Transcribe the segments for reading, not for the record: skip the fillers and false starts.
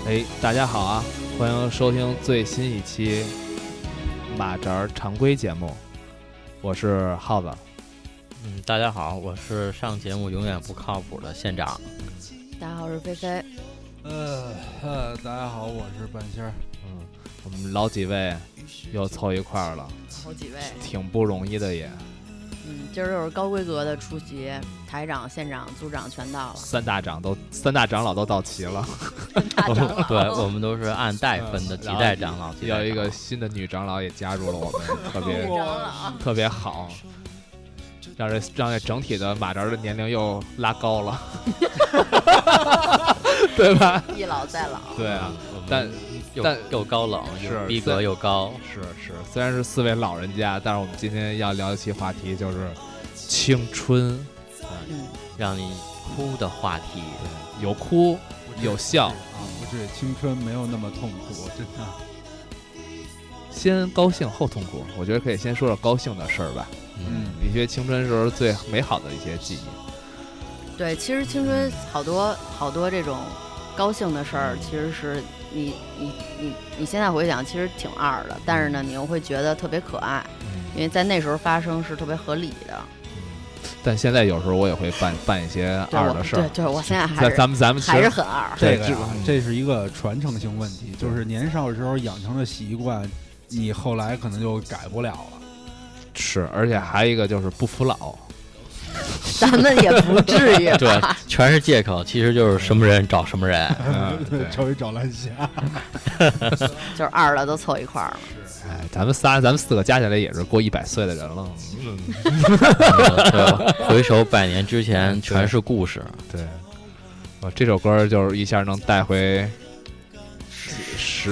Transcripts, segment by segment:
大家好啊，欢迎收听最新一期马扎常规节目，我是耗子。 大家好，我是上节目永远不靠谱的县长。 大家好，我是菲菲。 大家好，我是半仙儿。 我们老几位又凑一块儿了， 好几位， 挺不容易的也。 今儿又是高规格的出席，台长、县长、组长全到了， 三大长老都到齐了。 大长老， 对，我们都是按代分的，几代长老。 有一个新的女长老也加入了我们，特别好，让这整体的马扎的年龄又拉高了，对吧？ 一老再老。 对啊， 但又高冷， 是逼格又高， 是。虽然是四位老人家，但是我们今天要聊一期话题就是青春， 让你哭的话题， 有哭有笑啊，不是青春没有那么痛苦，真的。 先高兴后痛苦，我觉得可以先说说高兴的事儿吧。一些青春时候最美好的一些记忆。 对，其实青春好多这种高兴的事儿，其实是你现在回想，其实挺二的，但是呢，你又会觉得特别可爱，因为在那时候发生是特别合理的。 但现在有时候我也会办一些二的事儿。 对，我现在还是咱们还是很二。 这是一个传承性问题，就是年少的时候养成的习惯，你后来可能就改不了了。 是，而且还有一个就是不服老。 咱们也不至于， 对，全是借口，其实就是什么人找什么人， 对，找烂虾， 就是二了都凑一块儿了。 咱们四个加起来也是过100岁的人了。 对，回首100年之前，全是故事。 对，这首歌就是一下能带回十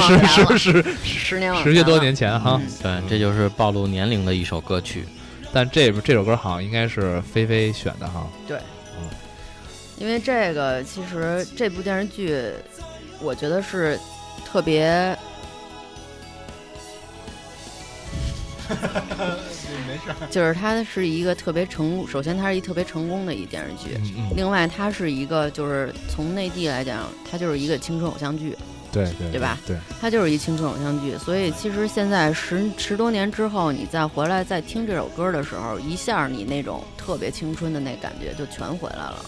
些多年前哈。 对，这就是暴露年龄的一首歌曲。 但这首歌好像应该是菲菲选的哈。 对，因为这个其实这部电视剧，我觉得是特别。 没事， 就是它是一个特别首先它是一特别成功的一电视剧，另外它是一个就是从内地来讲，它就是一个青春偶像剧。对吧？ 对， 它就是一青春偶像剧，所以其实现在十多年之后，你再回来再听这首歌的时候，一下你那种特别青春的那感觉就全回来了。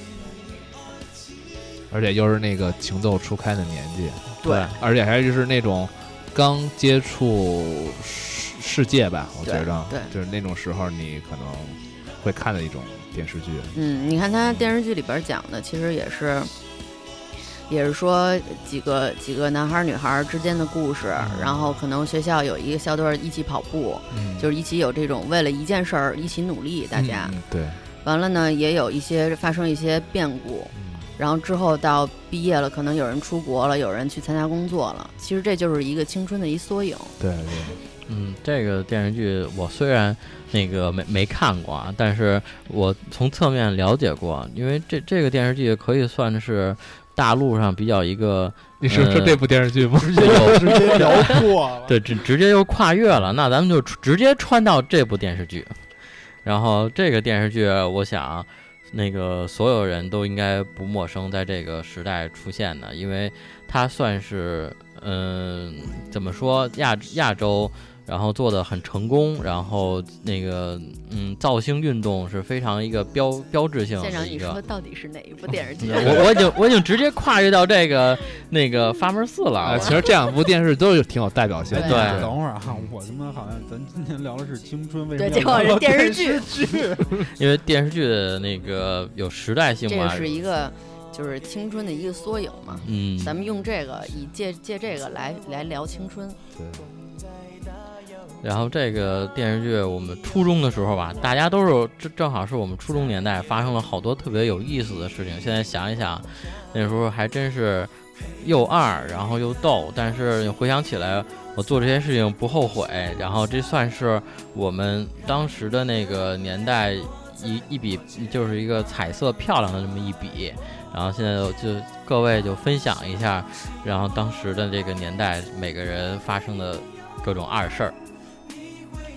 而且又是那个情窦初开的年纪， 对， 而且还就是那种刚接触世界吧，我觉着， 对， 就是那种时候你可能会看的一种电视剧。 你看它电视剧里边讲的，其实也是说几个男孩女孩之间的故事，然后可能学校有一个校队一起跑步，就是一起有这种为了一件事儿一起努力，大家， 对。 完了呢，也有发生一些变故，然后之后到毕业了，可能有人出国了，有人去参加工作了，其实这就是一个青春的一缩影。 对。 这个电视剧我虽然那个没看过啊，但是我从侧面了解过，因为这个电视剧可以算是大陆上比较一个， 你是说这部电视剧吗？ 直接聊过了， 对，直接就跨越了。那咱们就直接穿到这部电视剧。然后这个电视剧，我想那个所有人都应该不陌生，在这个时代出现的，因为它算是怎么说亚洲。然后做的很成功，然后那个造星运动是非常一个标志性的一个。现场你说到底是哪一部电视剧？ 我已经直接跨越到这个那个发门4了。 其实这两部电视都是挺有代表性的。 对， 等会儿啊，我他妈好像咱今天聊的是青春，为什么对，结果是电视剧？ 因为电视剧的那个有时代性嘛。 这是一个就是青春的一个缩影嘛。咱们用这个借这个来聊青春。 对。 然后这个电视剧我们初中的时候吧，大家都是正好是我们初中年代发生了好多特别有意思的事情。现在想一想，那时候还真是又二，然后又逗，但是回想起来，我做这些事情不后悔。然后这算是我们当时的那个年代一笔，就是一个彩色漂亮的这么一笔。然后现在就各位就分享一下，然后当时的这个年代每个人发生的各种二事儿。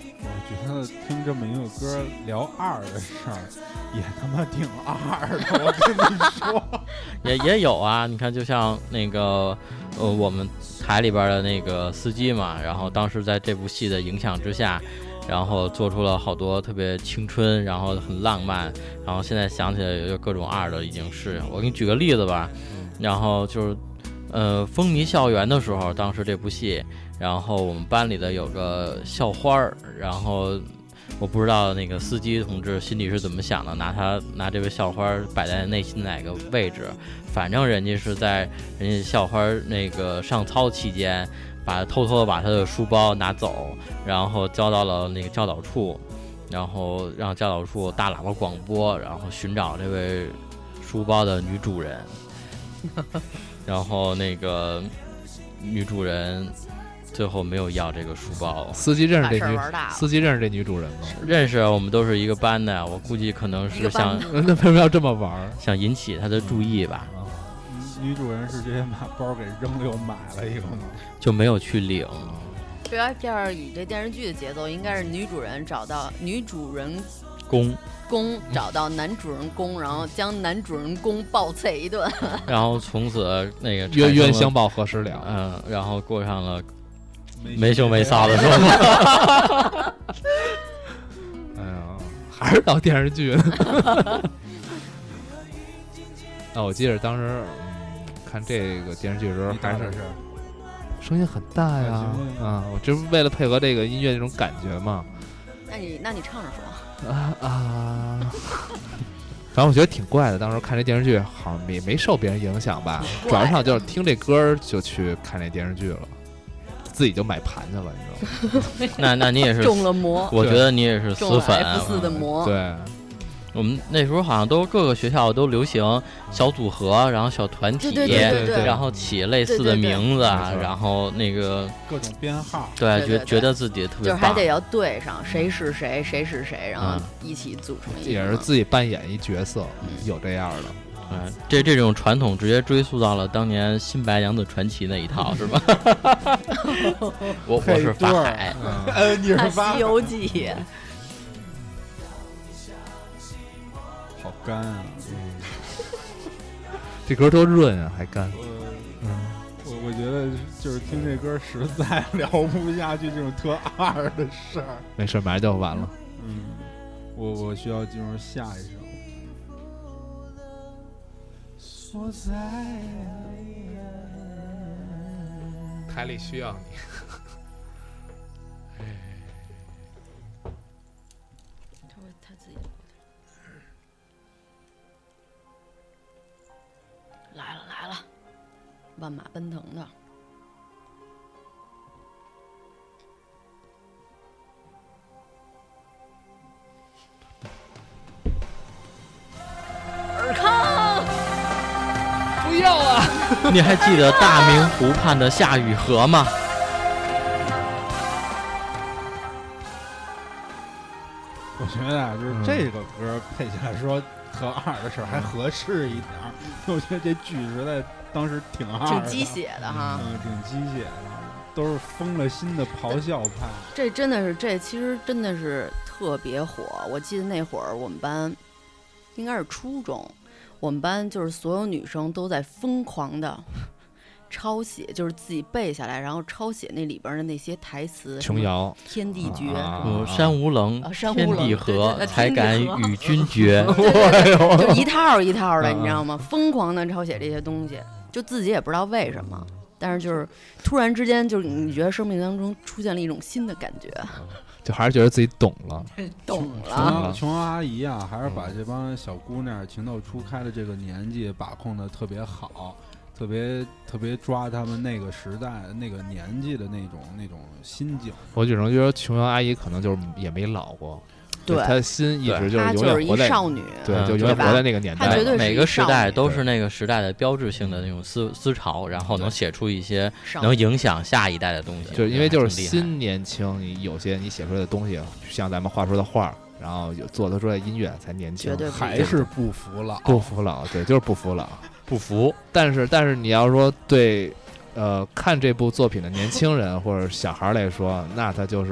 觉得听这么一个歌聊二的事儿，也他妈挺二的。我跟你说， 也有啊。你看，就像那个我们台里边的那个司机嘛，然后当时在这部戏的影响之下，然后做出了好多特别青春，然后很浪漫，然后现在想起来有各种二的已经是。我给你举个例子吧，然后就是风靡校园的时候，当时这部戏，然后我们班里的有个校花儿，然后我不知道那个司机同志心里是怎么想的，拿这位校花摆在内心哪个位置，反正人家是在人家校花那个上操期间，偷偷的把他的书包拿走，然后交到了那个教导处，然后让教导处大喇叭广播，然后寻找这位书包的女主人。然后那个女主人最后没有要这个书包。 司机认识这女主人吗？ 认识，我们都是一个班的。我估计可能是想那为什么要这么玩？ 想引起她的注意吧。 女主人是直接把包给扔了又买了一个吗？ 就没有去领。 这样以这电视剧的节奏，应该是女主人找到女主人公找到男主人公，然后将男主人公暴啐一顿， 然后从此那个冤相报何时了？ 然后过上了没羞没臊的生活。 哎呀，还是到电视剧呢。我记得当时看这个电视剧的时候，还是声音很大呀。我这不为了配合这个音乐那种感觉嘛。 那你唱着说。 反正我觉得挺怪的。当时看这电视剧，好像没受别人影响吧，主要上就是听这歌就去看这电视剧了，自己就买盘去了，你知道吗？那你也是中了魔， 我觉得你也是死粉。 F4的魔。 对。 我们那时候好像各个学校都流行小组合，然后小团体， 对， 然后起类似的名字，然后那个各种编号， 对，觉得自己特别棒， 就是还得要对上谁是谁，谁是谁，然后一起组成一个， 也是自己扮演一角色，有这样的。这种传统直接追溯到了当年《新白娘子传奇》那一套，是吧？我是法海， 你是西游记》。 好干啊！ 这歌多润啊，还干。 我觉得就是听这歌实在聊不下去这种特二的事儿。 没事，马上就完了。 我需要进入下一首。所在台里需要你。 来了，万马奔腾的。尔康， 不要啊！ 你还记得大明湖畔的夏雨荷吗？ 我觉得啊，就是这个歌配起来说特二的事儿还合适一点。我觉得这剧实在当时挺二的， 挺鸡血的哈， 挺鸡血的，都是疯了心的咆哮派。 这其实真的是特别火。我记得那会儿我们班应该是初中，我们班就是所有女生都在疯狂的抄写，就是自己背下来，然后抄写那里边的那些台词， 琼瑶天地绝， 山无棱，天地合，才敢与君绝， 就一套一套的，你知道吗？疯狂的抄写这些东西，就自己也不知道为什么，但是就是突然之间，就是你觉得生命当中出现了一种新的感觉， 就还是觉得自己懂了， 懂了。 琼瑶阿姨啊，还是把这帮小姑娘情窦初开的这个年纪把控的特别好。特别抓他们那个时代那个年纪的那种心境。 我只能觉得琼瑶阿姨可能就是也没老过， 对， 她的心一直就是永远活在少女， 对，就永远活在那个年代。 每个时代都是那个时代的标志性的那种思潮，然后能写出一些能影响下一代的东西。 就因为就是心年轻，你有些你写出来的东西，像咱们画出的画。然后做得出来音乐才年轻， 绝对还是不服老， 不服老，对，就是不服老， 不服。 但是你要说对，看这部作品的年轻人或者小孩来说，那他就是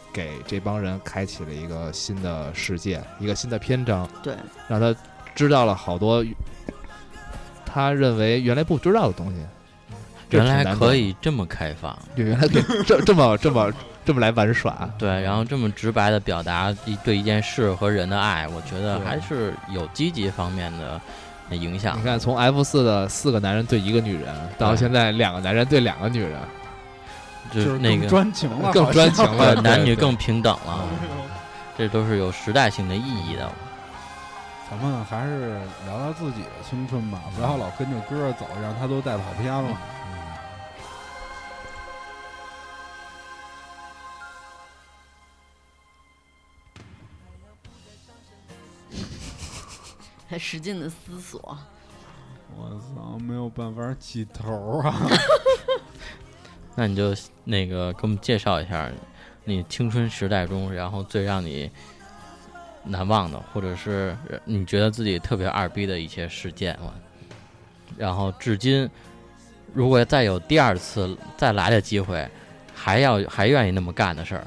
给这帮人开启了一个新的世界，一个新的篇章。 对， 让他知道了好多他认为原来不知道的东西。 原来可以这么开放， 对，原来可以这么来玩耍。 对，然后这么直白的表达对一件事和人的爱，我觉得还是有积极方面的影响。 你看，从 F4的4个男人对1个女人，到现在2个男人对2个女人， 就是那个更专情了， 更专情了， 男女更平等了，这都是有时代性的意义的。 咱们还是聊聊自己的青春吧，不要老跟着歌走，让他都带跑偏了。 还使劲的思索。 我操，没有办法起头啊！ 那你就那个给我们介绍一下你青春时代中，然后最让你难忘的，或者是你觉得自己特别二逼的一些事件嘛。然后至今，如果再有第二次再来的机会，还愿意那么干的事儿，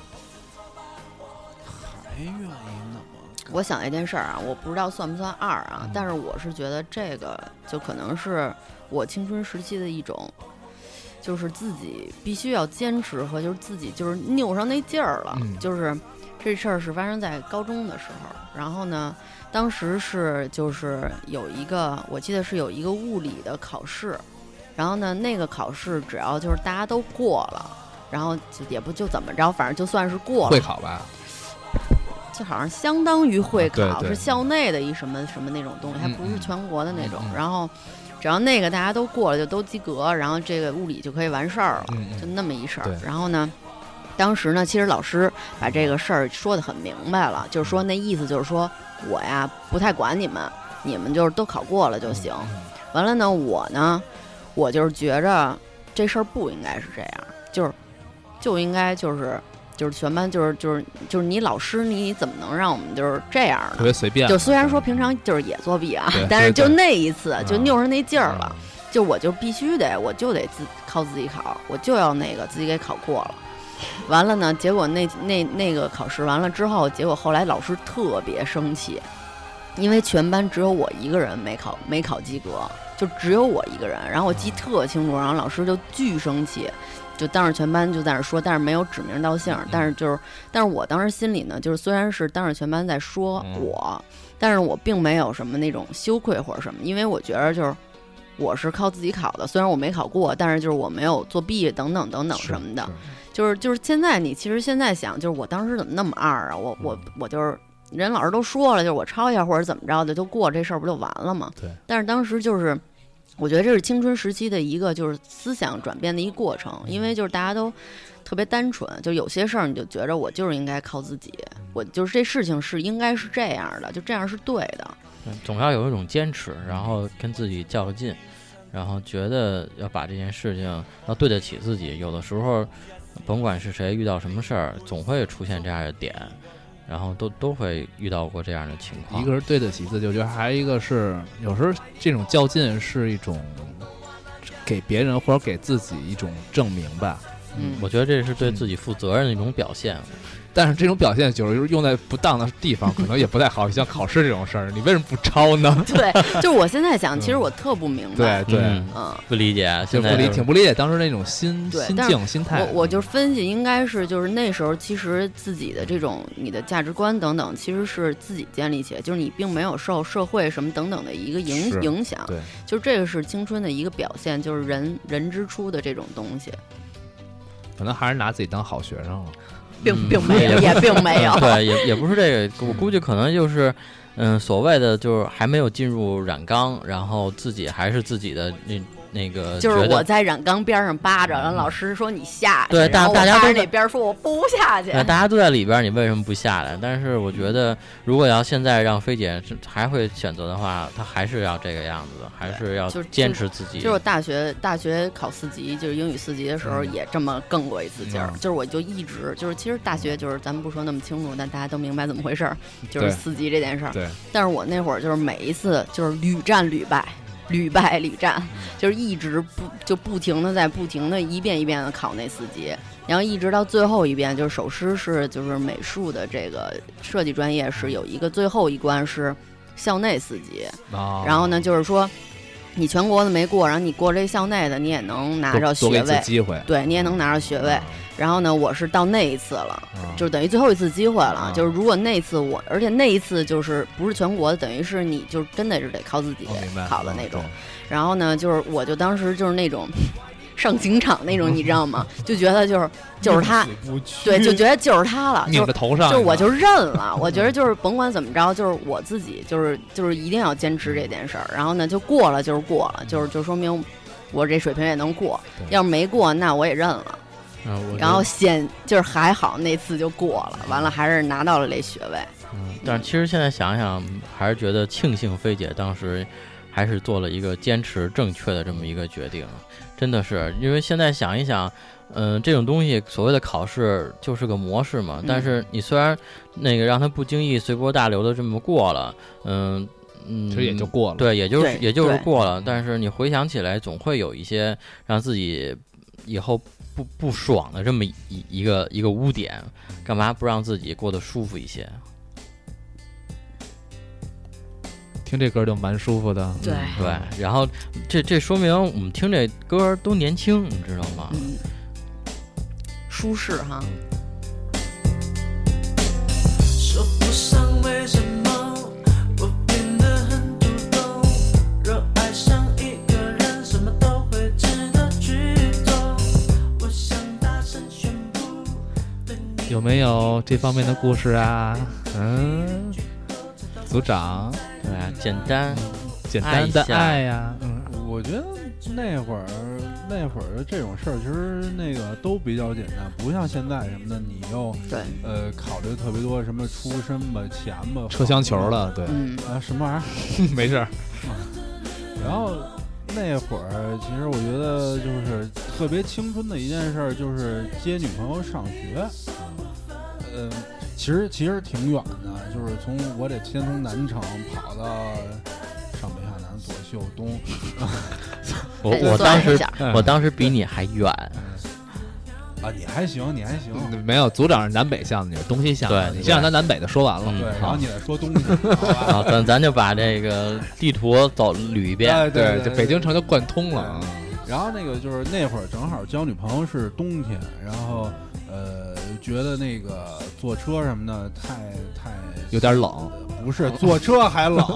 还愿意那么？ 我想一件事儿啊，我不知道算不算2啊，但是我是觉得这个就可能是我青春时期的一种，就是自己必须要坚持和就是自己就是拗上那劲儿了。就是这事儿是发生在高中的时候，然后呢，当时是就是有一个，我记得是有一个物理的考试，然后呢，那个考试只要就是大家都过了，然后就也不就怎么着，反正就算是过了。 会考吧？ 就好像相当于会考， 对是校内的一什么什么那种东西，还不是全国的那种。然后只要那个大家都过了，就都及格，然后这个物理就可以完事儿了，就那么一事儿。然后呢，当时呢，其实老师把这个事儿说得很明白了，就是说那意思就是说我呀不太管你们就是都考过了就行。完了呢，我就是觉着这事儿不应该是这样，就应该就是全班就是你老师你怎么能让我们就是这样呢？ 特别随便。 就虽然说平常就是也作弊啊，但是就那一次就拗上那劲儿了，就我就必须得我就得靠自己考，我就要那个自己给考过了。完了呢，结果那个考试完了之后，结果后来老师特别生气，因为全班只有我一个人没考及格，就只有我一个人。然后我记特清楚，然后老师就巨生气。就当着全班就在那说，但是没有指名道姓，但是我当时心里呢，就是虽然是当着全班在说我，但是我并没有什么那种羞愧或者什么，因为我觉得就是我是靠自己考的，虽然我没考过，但是就是我没有作弊等等等等什么的，就是现在其实现在想，就是我当时怎么那么二啊，我就是人老师都说了，就是我抄一下或者怎么着的就过这事儿不就完了吗？ 对， 但是当时就是我觉得这是青春时期的一个就是思想转变的一个过程，因为就是大家都特别单纯，就有些事儿你就觉着我就是应该靠自己，我就是这事情是应该是这样的，就这样是对的。 总要有一种坚持，然后跟自己较个劲，然后觉得要把这件事情要对得起自己。有的时候甭管是谁遇到什么事儿，总会出现这样的点，然后都会遇到过这样的情况。 一个是对得起自己，我觉得还有一个是有时候这种较劲是一种给别人或者给自己一种证明吧。 我觉得这是对自己负责任的一种表现。 但是这种表现有时候用在不当的地方，可能也不太好。像考试这种事儿，你为什么不抄呢？ 对，就是我现在想，其实我特不明白。 对， 不理解， 就挺不理解当时那种心境、心态。 我就分析，应该是就是那时候，其实自己的这种你的价值观等等，其实是自己建立起来，就是你并没有受社会什么等等的一个影响。 对， 就这个是青春的一个表现，就是人之初的这种东西。 可能还是拿自己当好学生了。 并没有，也并没有。 对，也不是这个，我估计可能就是，所谓的就是还没有进入染缸，然后自己还是自己的那个， 就是我在染缸边上扒着，然后老师说你下去， 对，大家都那边说我不下去， 大家都在里边，你为什么不下来？但是我觉得，如果要现在让菲姐还会选择的话，她还是要这个样子的，还是要坚持自己。 就是我大学考4级，就是英语4级的时候也这么更过一次劲儿，就是我就一直就是其实大学就是咱们不说那么清楚，但大家都明白怎么回事儿，就是4级这件事儿。 对， 但是我那会儿就是每一次就是屡战屡败。 屡败屡战，就是一直不停的一遍一遍的考那4级，然后一直到最后一遍，就是首师就是美术的这个设计专业是有一个最后一关是校内4级，然后呢就是说你全国的没过，然后你过这校内的你也能拿着学位， 机会， 对你也能拿着学位。然后呢，我是到那一次了，就是等于最后一次机会了。就是如果那次而且那一次就是不是全国的，等于是你就真的是得靠自己考的那种。然后呢，我就当时就是那种上刑场那种，你知道吗？就觉得就是他，对，就觉得就是他了， 拧着头上， 就我就认了。我觉得就是甭管怎么着，就是我自己就是一定要坚持这件事儿。然后呢，就过了就是过了，就说明我这水平也能过。要是没过，那我也认了。然后就是还好那次就过了，完了还是拿到了这学位。 但是其实现在想想，还是觉得庆幸菲姐当时还是做了一个坚持正确的这么一个决定，真的是因为现在想一想，这种东西所谓的考试就是个模式嘛，但是你虽然那个让他不经意随波大流的这么过了， 其实也就过了， 对，也就是过了，但是你回想起来，总会有一些让自己以后不爽的这么一个污点，干嘛不让自己过得舒服一些？ 听这歌就蛮舒服的， 对， 然后这说明我们听这歌都年轻，你知道吗？ 舒适哈。 说不上为什么我变得很主动，若爱上一个人，什么都会值得去做。我想大声宣布， 有没有这方面的故事啊？组长， 对，简单的爱呀。 我觉得那会儿的这种事儿，其实那个都比较简单，不像现在什么的，你又对考虑特别多，什么出身吧、钱吧、 车厢球了，对， 什么玩意儿？ 没事。 然后那会儿，其实我觉得就是特别青春的一件事，就是接女朋友上学。其实挺远的，就是我得先从南城跑到上北下南左右东。 我当时比你还远啊！你还行。 没有，组长是南北向的，你是东西向的。 对， 你先让咱南北的说完了， 对，然后你再说东西。 好，咱就把这个地图捋一遍。 对，这北京城就贯通了。 然后那个就是那会儿正好交女朋友是冬天，然后觉得那个坐车什么的太有点冷， 不是坐车还冷，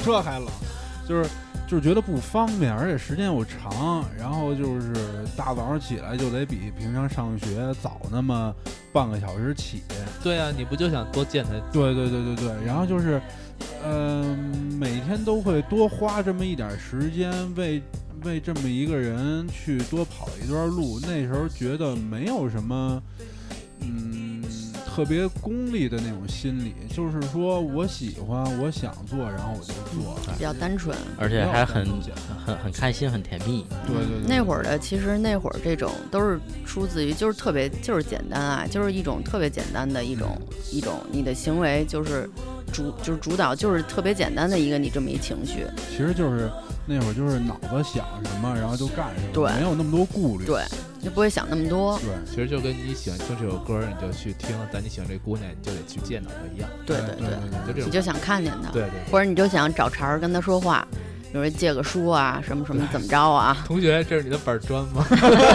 就是觉得不方便，而且时间又长，然后就是大早上起来就得比平常上学早那么半个小时起。 对啊，你不就想多见他？ 对，然后就是每天都会多花这么一点时间为这么一个人去多跑一段路，那时候觉得没有什么特别功利的那种心理，就是说我喜欢我想做，然后我就做， 比较单纯， 而且还很开心，很甜蜜。 对， 那会儿的其实那会儿这种都是出自于就是特别就是简单啊，就是一种特别简单的一种你的行为就是主导就是特别简单的一个你这么一情绪。 其实就是那会儿就是脑子想什么然后就干什么， 对， 没有那么多顾虑， 对，就不会想那么多。 对， 其实就跟你喜欢听这首歌，你就去听；但你喜欢这姑娘，你就得去见到她一样。 对， 就这种， 你就想看见她， 对， 或者你就想找茬儿跟她说话，比如说借个书啊，什么怎么着啊？ 同学，这是你的板砖吗？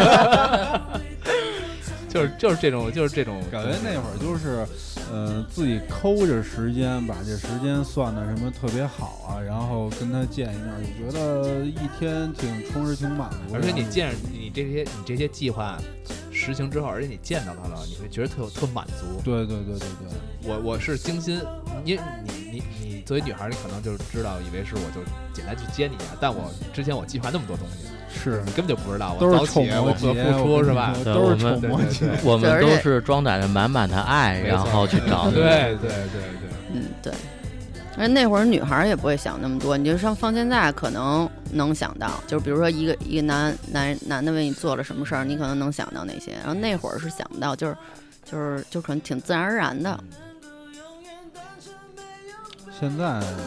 就是这种感觉那会儿就是自己抠着时间，把这时间算的什么特别好啊，然后跟他见一面，就觉得一天挺充实挺满足。 而且你见你这些计划实行之后，而且你见到他了，你会觉得特满足。 对， 我是精心，你作为女孩，你可能就知道以为是我就简单去接你啊，但我之前我计划那么多东西。 是你根本就不知道， 都是早起我付出是吧？ 都是宠魔节， 我们都是装载着满满的爱，然后去找你。 对， 对。而那会儿女孩也不会想那么多，你就放现在可能能想到，就是比如说一个男的为你做了什么事儿，你可能能想到那些，然后那会儿是想不到，就可能挺自然而然的。 现在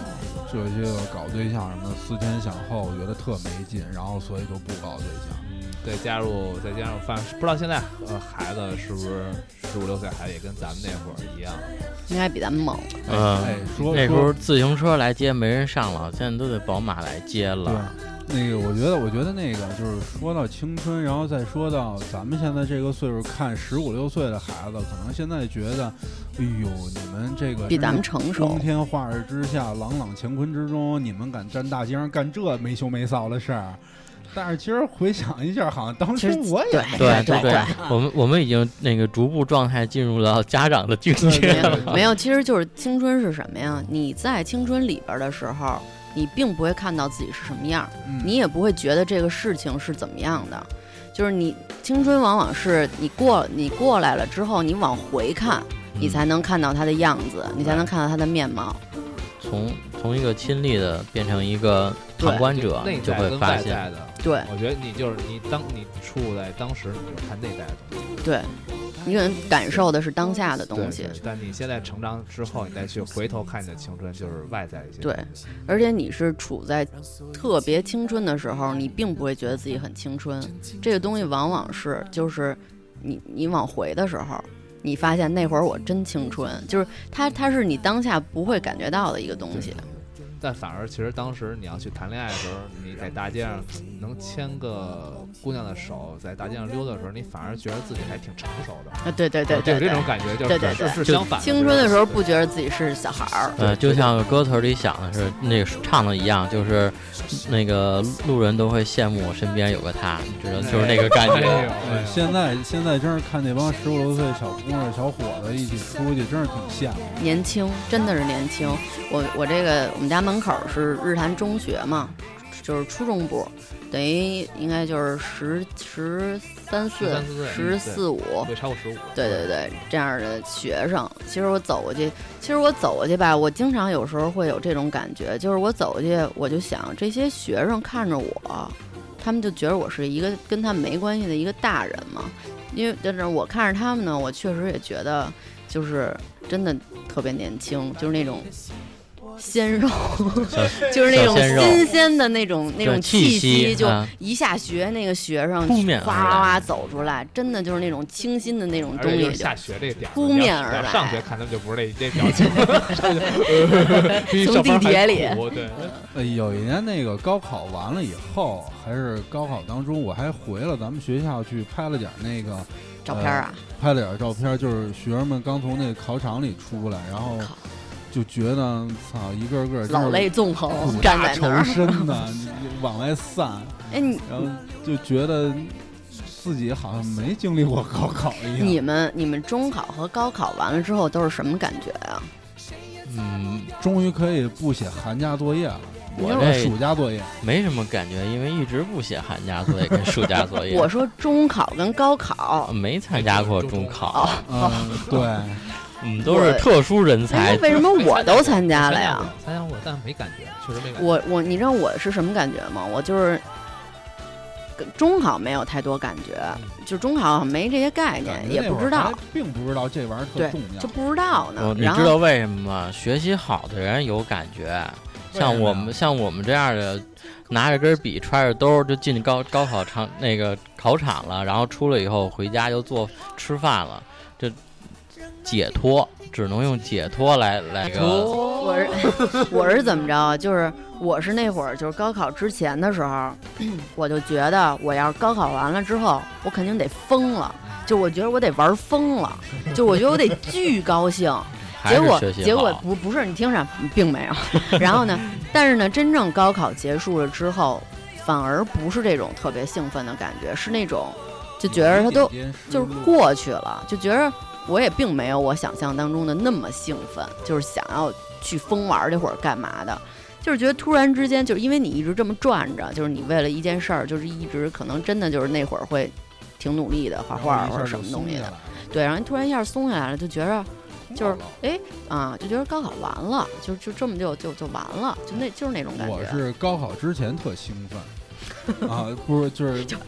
这些个搞对象什么的思前想后，我觉得特没劲，然后所以就不搞对象。 再加入不知道现在孩子是不是15、16岁孩子也跟咱们那会儿一样， 应该比咱们猛。 那时候自行车来接没人上了，现在都得宝马来接了。 那个我觉得那个就是说到青春，然后再说到咱们现在这个岁数看15、16岁的孩子，可能现在觉得，哎呦，你们这个比咱们成熟， 光天化日之下，朗朗乾坤之中，你们敢站大街上干这没羞没臊的事儿。但是其实回想一下，好像当时我也对，我们已经那个逐步状态进入到家长的境界了。 没有，其实就是青春是什么呀？你在青春里边的时候，你并不会看到自己是什么样，你也不会觉得这个事情是怎么样的。就是你青春往往是你过来了之后，你往回看，你才能看到他的样子，你才能看到他的面貌。 从一个亲历的变成一个旁观者，你就会发现。 对， 我觉得你当你处在当时，你就看内在的东西。 对，你可能感受的是当下的东西。 但你现在成长之后，你再去回头看你的青春，就是外在一些。 对，而且你是处在特别青春的时候，你并不会觉得自己很青春。这个东西往往是就是你往回的时候。你发现那会儿我真青春，就是它是你当下不会感觉到的一个东西。 但反而其实当时你要去谈恋爱的时候，你在大街上能牵个姑娘的手，在大街上溜达的时候，你反而觉得自己还挺成熟的。 对， 就有这种感觉，就是相反。 青春的时候不觉得自己是小孩儿。 就像歌词里想的是那个唱的一样，就是那个路人都会羡慕我身边有个他，你知道，就是那个感觉。 现在真是看那帮15、16岁小姑娘、小伙子一起出去，真是挺羡慕。 年轻，真的是年轻。我这个我们家门口是日坛中学嘛，就是初中部，等于应该就是14、15， 会超过15。 对，这样的学生。其实我走过去吧，我经常有时候会有这种感觉，就是我走过去，我就想这些学生看着我，他们就觉得我是一个跟他们没关系的一个大人嘛。因为但是我看着他们呢，我确实也觉得就是真的特别年轻，就是那种鲜肉就是那种新鲜的那种气息，就一下学那个学生哗哗哗走出来，真的就是那种清新的那种东西， 下学这个点扑面而来。 上学看他们就不是这表情， 从地铁里。 对，有一年那个高考完了以后，还是高考当中，我还回了咱们学校去拍了点那个照片啊， 拍了点照片，就是学生们刚从那个考场里出来，然后就觉得操，一个个老泪纵横，站在那儿， 仇深的往外散。然后就觉得自己好像没经历过高考一样。 你们中考和高考完了之后都是什么感觉啊？ 终于可以不写寒假作业了。 我这暑假作业没什么感觉，因为一直不写寒假作业跟暑假作业。 我说中考跟高考没参加过中考。 对。 都是特殊人才。 为什么我都参加了呀？ 参加过，但没感觉，确实没感觉。 你知道我是什么感觉吗？我就是中考没有太多感觉，就中考没这些概念，也不知道， 并不知道这玩意儿特重要， 就不知道呢。 你知道为什么吗？学习好的人有感觉，像我们这样的，拿着根笔揣着兜就进高考场那个考场了，然后出来以后回家就吃饭了，这。解脱只能用解脱来个。 我是怎么着？就是我是那会儿就是高考之前的时候，我就觉得我要是高考完了之后，我肯定得疯了，就我觉得我得玩疯了，就我觉得我得巨高兴。结果不是，你听着，并没有。然后呢，但是呢，真正高考结束了之后，反而不是这种特别兴奋的感觉，是那种就觉得它都就是过去了，就觉得。我也并没有我想象当中的那么兴奋，就是想要去疯玩这会儿干嘛的，就是觉得突然之间，就是因为你一直这么转着，就是你为了一件事儿，就是一直可能真的就是那会儿会挺努力的画画或者什么东西的，对，然后突然一下松下来了，就觉得就是就觉得高考完了，就这么就完了，就是那种感觉。 我是高考之前特兴奋。啊，不是，就是我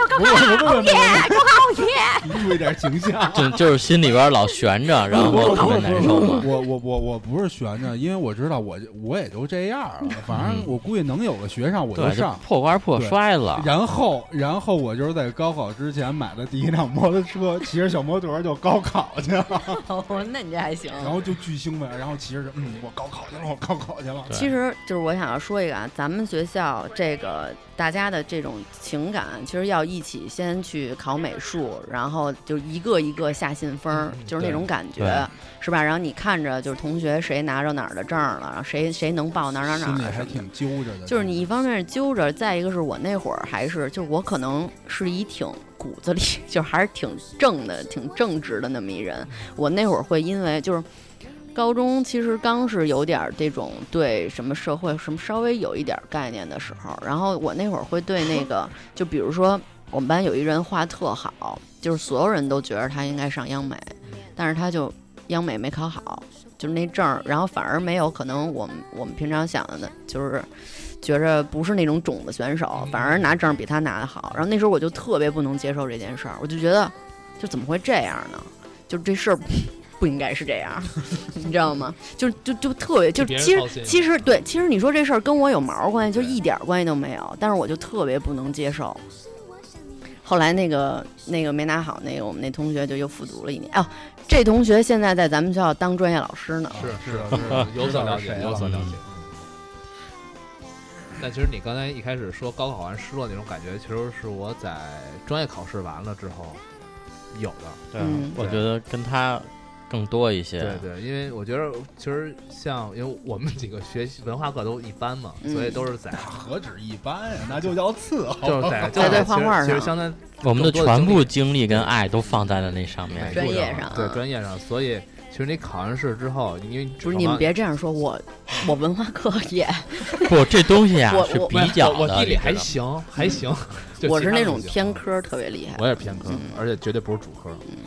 要高考，熬夜，高考熬夜， 注意点形象。 就是心里边老悬着，然后特别难受嘛。 我不是悬着，因为我知道我也就这样了，反正我估计能有个学上我就对， 上。 破罐破摔了。 然后我就是在高考之前买的第一辆摩托车，骑着小摩托就高考去了。 哦，那你这还行。 然后就巨兴奋，然后骑着我高考去了，我高考去了。 其实就是我想要说一个啊，咱们学校这个大家的这种情感，其实要一起先去考美术，然后就一个一个下信封，就是那种感觉，是吧？然后你看着就是同学谁拿着哪儿的证了，谁能报哪儿， 心里还挺揪着的。 就是你一方面是揪着，再一个是我那会儿还是就是我可能是一挺骨子里就还是挺正的、挺正直的那么一人。我那会儿会因为就是。高中其实刚是有点这种对什么社会什么稍微有一点概念的时候，然后我那会儿会对那个，就比如说我们班有一人画特好，就是所有人都觉得他应该上央美，但是他就央美没考好，就是那证，然后反而没有可能我们平常想的，就是觉着不是那种种子选手，反而拿证比他拿得好。然后那时候我就特别不能接受这件事儿，我就觉得就怎么会这样呢？就这事儿。不应该是这样，你知道吗？就特别，就其实对，其实你说这事儿跟我有毛关系，就一点关系都没有。但是我就特别不能接受。后来那个没拿好，那个我们那同学就又复读了1年。哦，这同学现在在咱们学校当专业老师呢。 是有所了解，有所了解。但其实你刚才一开始说高考完失落那种感觉，其实是我在专业考试完了之后有的。 对，我觉得跟他。更多一些， 对，因为我觉得其实像，因为我们几个学习文化课都一般嘛，所以都是在何止一般呀，那就叫伺候， 就是在画画上， 其实相当我们的全部精力跟爱都放在了那上面， 专业上， 对专业上，所以其实你考完试之后，因为不是你们别这样说，我文化课也不这东西啊是比较的， 我地理还行， 我是那种偏科特别厉害， 我也是偏科，而且绝对不是主科。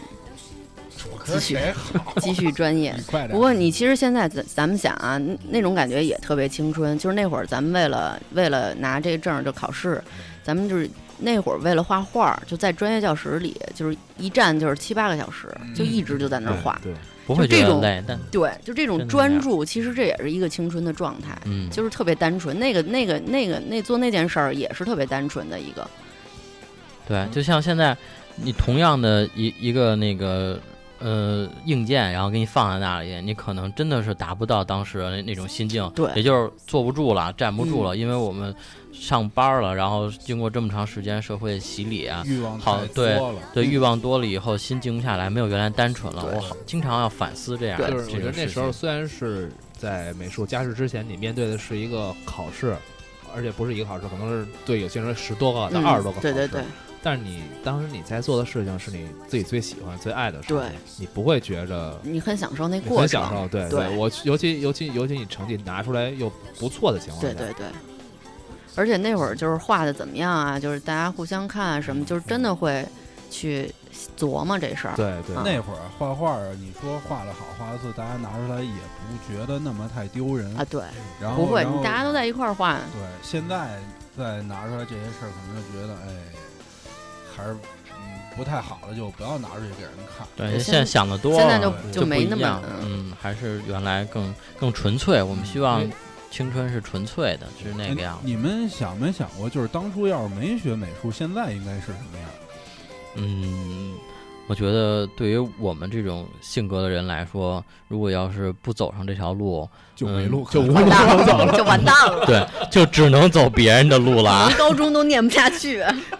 继续专业。不过你其实现在咱们想啊，那种感觉也特别青春。就是那会儿咱们为了拿这证就考试，咱们就是那会儿为了画画，就在专业教室里，就是一站就是7、8个小时，就一直就在那儿画。 对，不会觉得累，但对，就这种专注，其实这也是一个青春的状态。就是特别单纯。那做那件事儿也是特别单纯的一个。 对，就像现在你同样的一个那个。硬件，然后给你放在那里，你可能真的是达不到当时那种心境， 对， 也就是坐不住了，站不住了，因为我们上班了，然后经过这么长时间社会洗礼啊， 欲望好对，欲望多了以后，心静不下来，没有原来单纯了。我经常要反思这样。 就是我觉得那时候虽然是在美术加试之前，你面对的是一个考试，而且不是一个考试，可能是对有些人10多个到20多个考试。 对。 但是当时你在做的事情是你自己最喜欢、最爱的事情，你不会觉着你很享受那过程， 很享受。对，我尤其你成绩拿出来又不错的情况下， 对。而且那会儿就是画的怎么样啊，就是大家互相看什么，就是真的会去琢磨这事儿。 对， 那会儿画画，你说画的好、画的错，大家拿出来也不觉得那么太丢人啊。对， 然后不会，大家都在一块儿画。 对，现在再拿出来这些事儿，可能就觉得还是不太好的，就不要拿出去给人看。 对，现在想的多， 现在就没那么还是原来更纯粹。我们希望青春是纯粹的，是那个样子。 你们想没想过，就是当初要是没学美术，现在应该是什么样？ 我觉得对于我们这种性格的人来说，如果要是不走上这条路， 就没路， 就完蛋了，就完蛋了。 对，就只能走别人的路了。 高中都念不下去。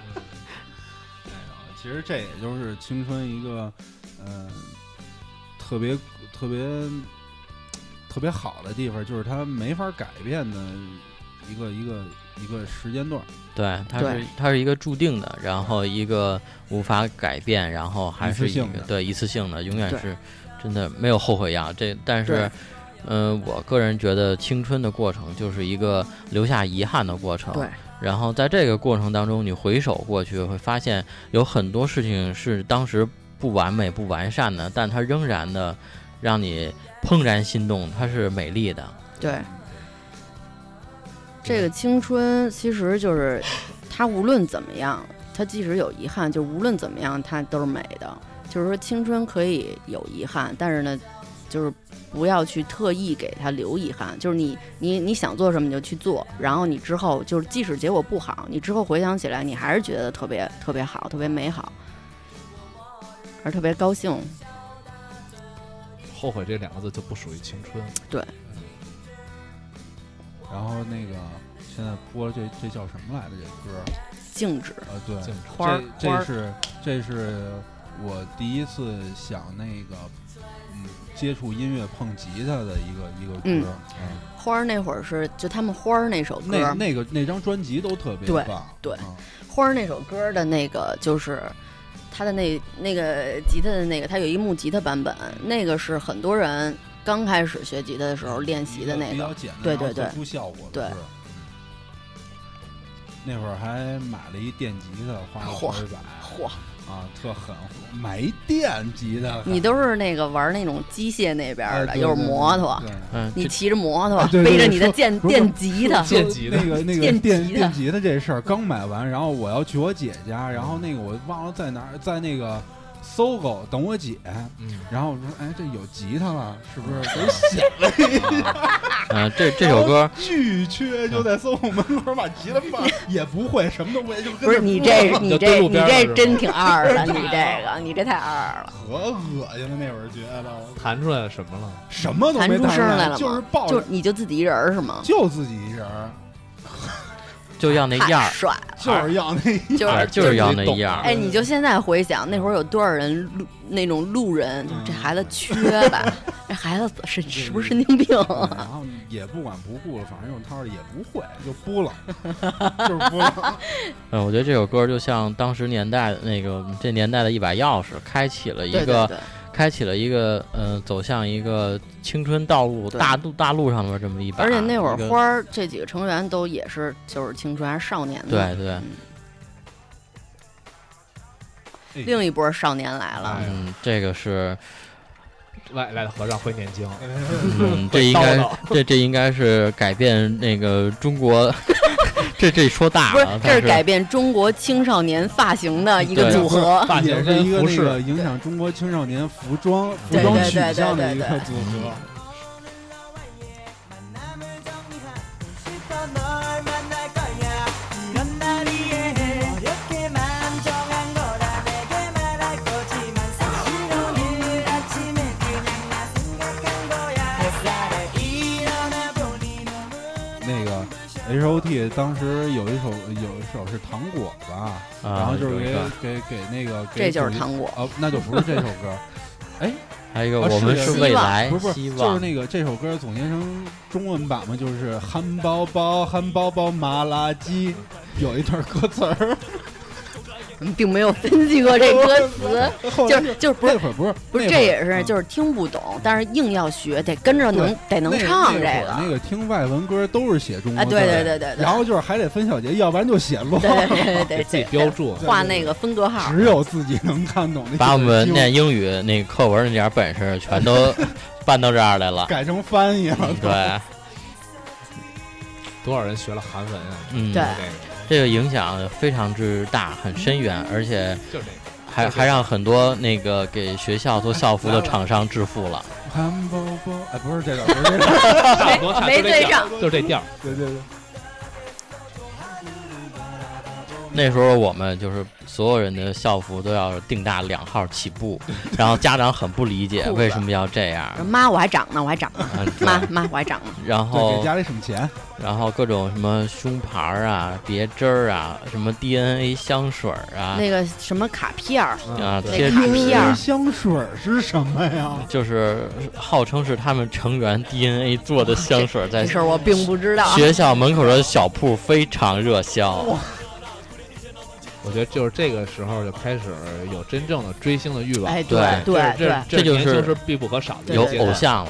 其实这也就是青春一个，特别好的地方，就是它没法改变的一个时间段。 对，它是一个注定的，然后一个无法改变，然后还是一个一次性的，永远是真的没有后悔药。但是，我个人觉得青春的过程就是一个留下遗憾的过程。 对。 然后在这个过程当中，你回首过去，会发现有很多事情是当时不完美、不完善的，但它仍然的让你怦然心动，它是美丽的。 对，这个青春其实就是它无论怎么样， 它即使有遗憾，就无论怎么样，它都是美的。就是说，青春可以有遗憾，但是呢，就是不要去特意给它留遗憾。就是你想做什么你就去做，然后你之后就是即使结果不好，你之后回想起来，你还是觉得特别特别好，特别美好，而特别高兴。 后悔这2个字就不属于青春。 对。 然后那个现在播这叫什么来着？这歌？ 静止。 对， 静止花这是我第一次想那个接触音乐碰吉他的一个歌。 花儿那会儿是就他们花儿那首歌， 那张专辑都特别棒。 对，花儿那首歌的那个就是他的那个吉他的那个，他有一木吉他版本，那个是很多人刚开始学吉他的时候练习的那个， 比较简单， 对对对， 出效果对。 那会儿还买了一电吉他，花了100。 嚯！ 啊，特狠！买一电吉他， 你都是那个玩那种机械那边的，又是摩托，你骑着摩托，背着你的电吉他， 那个电吉他这事儿刚买完，然后我要去我姐家，然后那个我忘了在哪儿，在那个搜狗等我姐，然后我说，哎，这有吉他了，是不是得显了一下？ 这首歌巨缺，就在搜狗门口把吉他放，也不会，什么都不会，就跟不是你这真挺二的，你这太二了， 可恶心了，那会儿觉得弹出来什么了？ 什么都没弹出声来了吗？ 就是抱着， 你就自己一人是吗？ 就自己一人。 就要那样， 帅， 就是要那， 就是要那样。 哎，你就现在回想那会儿有多少人那种路人，就这孩子缺吧，这孩子是不是神经病？ 然后也不管不顾了，反正用套也不会，就扑了，就是扑了。 我觉得这首歌就像当时年代那个这年代的一把钥匙，开启了一个走向一个青春道路大路上的这么一把。 而且那会儿花儿这几个成员都也是就是青春还是少年的。 对对。 另一波少年来了。 这个是外来的和尚会念经。 这应该是改变那个中国。这说大了， 这是改变中国青少年发型的一个组合， 也是一个那个影响中国青少年服装取向的一个组合。H.O.T 当时有一首是糖果吧，然后就是给那个这就是糖果那就不是这首歌。哎， 还有一个我们是未来， 不是就是那个这首歌总结成中文版嘛，就是汉堡包麻辣鸡，有一段歌词儿。 并没有分析过这歌词，就是不是，这也是就是听不懂，但是硬要学，得跟着得能唱这个。 那个听外文歌都是写中国字， 对， 然后就是还得分小节，要不然就写乱， 对， 自己标注， 画那个分隔号， 只有自己能看懂。 把我们念英语那个课文那点本事全都搬到这儿来了， 改成翻译了。 对， 多少人学了韩文啊？ 对。 这个影响非常之大，很深远，而且还让很多那个给学校做校服的厂商致富了。 汉堡包，哎，不是这个， 没对上， 就这调。 对。 那时候我们就是所有人的校服都要定大2号起步，然后家长很不理解为什么要这样。 妈，我还长呢，妈，我还长呢。 然后给家里省钱， 然后各种什么胸牌啊、别针啊、什么 DNA 香水啊， 那个什么卡片啊， 贴卡片香水是什么呀？ 就是号称是他们成员 DNA 做的香水，在这事儿我并不知道。 学校门口的小铺非常热销。 我觉得就是这个时候就开始有真正的追星的欲望。 哎，对， 这就是必不可少的， 有偶像了。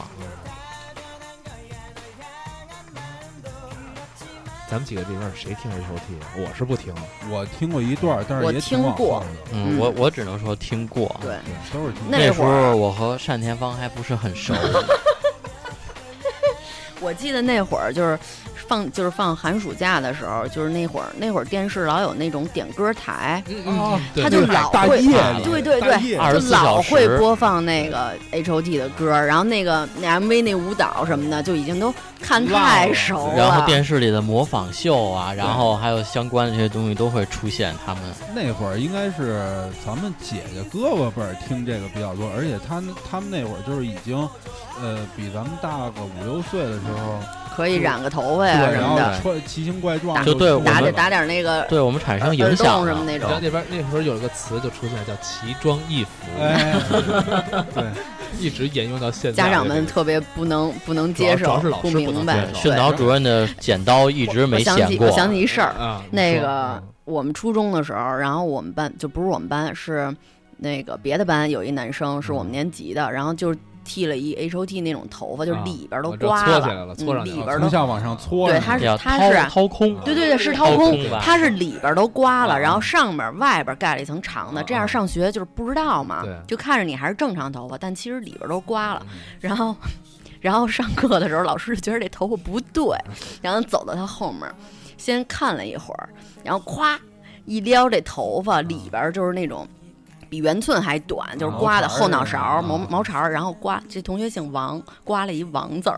咱们几个里面谁听 H.O.T？ 我是不听， 我听过一段，但是也听过。 我只能说听过。 对， 都是听过。 那时候我和单田芳还不是很熟。 我记得那会儿就是就是放寒暑假的时候，就是那会儿电视老有那种点歌台，他就老会对就老会播放那个 H.O.T 的歌，然后那 MV 那舞蹈什么的就已经都看太熟了。 然后电视里的模仿秀啊，然后还有相关的这些东西都会出现。他们那会儿应该是咱们姐姐哥哥辈儿听这个比较多，而且他们那会儿就是已经比咱们大个5、6岁的时候。 可以染个头发呀什么的， 穿奇形怪状， 就对打点那个， 对我们产生影响什么那种。 那边那时候有一个词就出现叫奇装异服， 对， 一直沿用到现在。 家长们特别不能接受，不明白。 训导主任的剪刀一直没剪过。 我想起一事儿，那个我们初中的时候，然后我们班就不是我们班，是那个别的班有一男生是我们年级的，然后就是。剃了一 H.O.T 那种头发，就是里边都刮了，搓起来了，搓上里边从下往上搓。 对，他是掏空， 对，是掏空，他是里边都刮了，然后上边外边盖了一层长的，这样上学就是不知道嘛，就看着你还是正常头发，但其实里边都刮了，然后上课的时候，老师就觉得这头发不对，然后走到他后面，先看了一会儿，然后咵一撩这头发，里边就是那种。比圆寸还短，就是刮的后脑勺毛茬，然后刮这同学姓王，刮了一王字儿，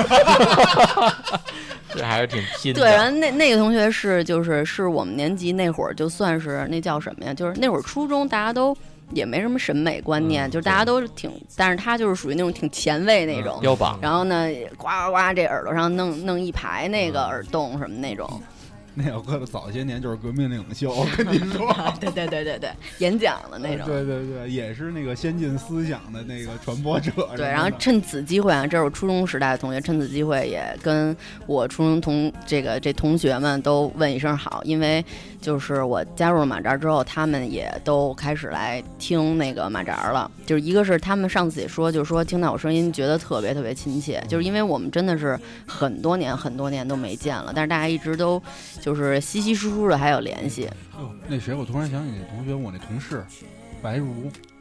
这还是挺拼的。 对，然后那个同学是我们年级那会儿就算是那叫什么呀？就是那会儿初中大家都也没什么审美观念，就是大家都挺，但是他就是属于那种挺前卫那种标榜。 然后呢，呱呱呱这耳朵上弄一排那个耳洞什么那种。 那小哥的早些年就是革命领袖，我跟你说， 对，演讲的那种， 对，也是那个先进思想的那个传播者。 对，然后趁此机会啊，这是我初中时代的同学，趁此机会也跟我初中这同学们都问一声好，因为就是我加入了马扎之后，他们也都开始来听那个马扎了。就是一个是他们上次也说，就是说听到我声音觉得特别特别亲切，就是因为我们真的是很多年都没见了，但是大家一直都。就是稀稀疏疏的还有联系。 那谁，我突然想起那同学，我那同事白如。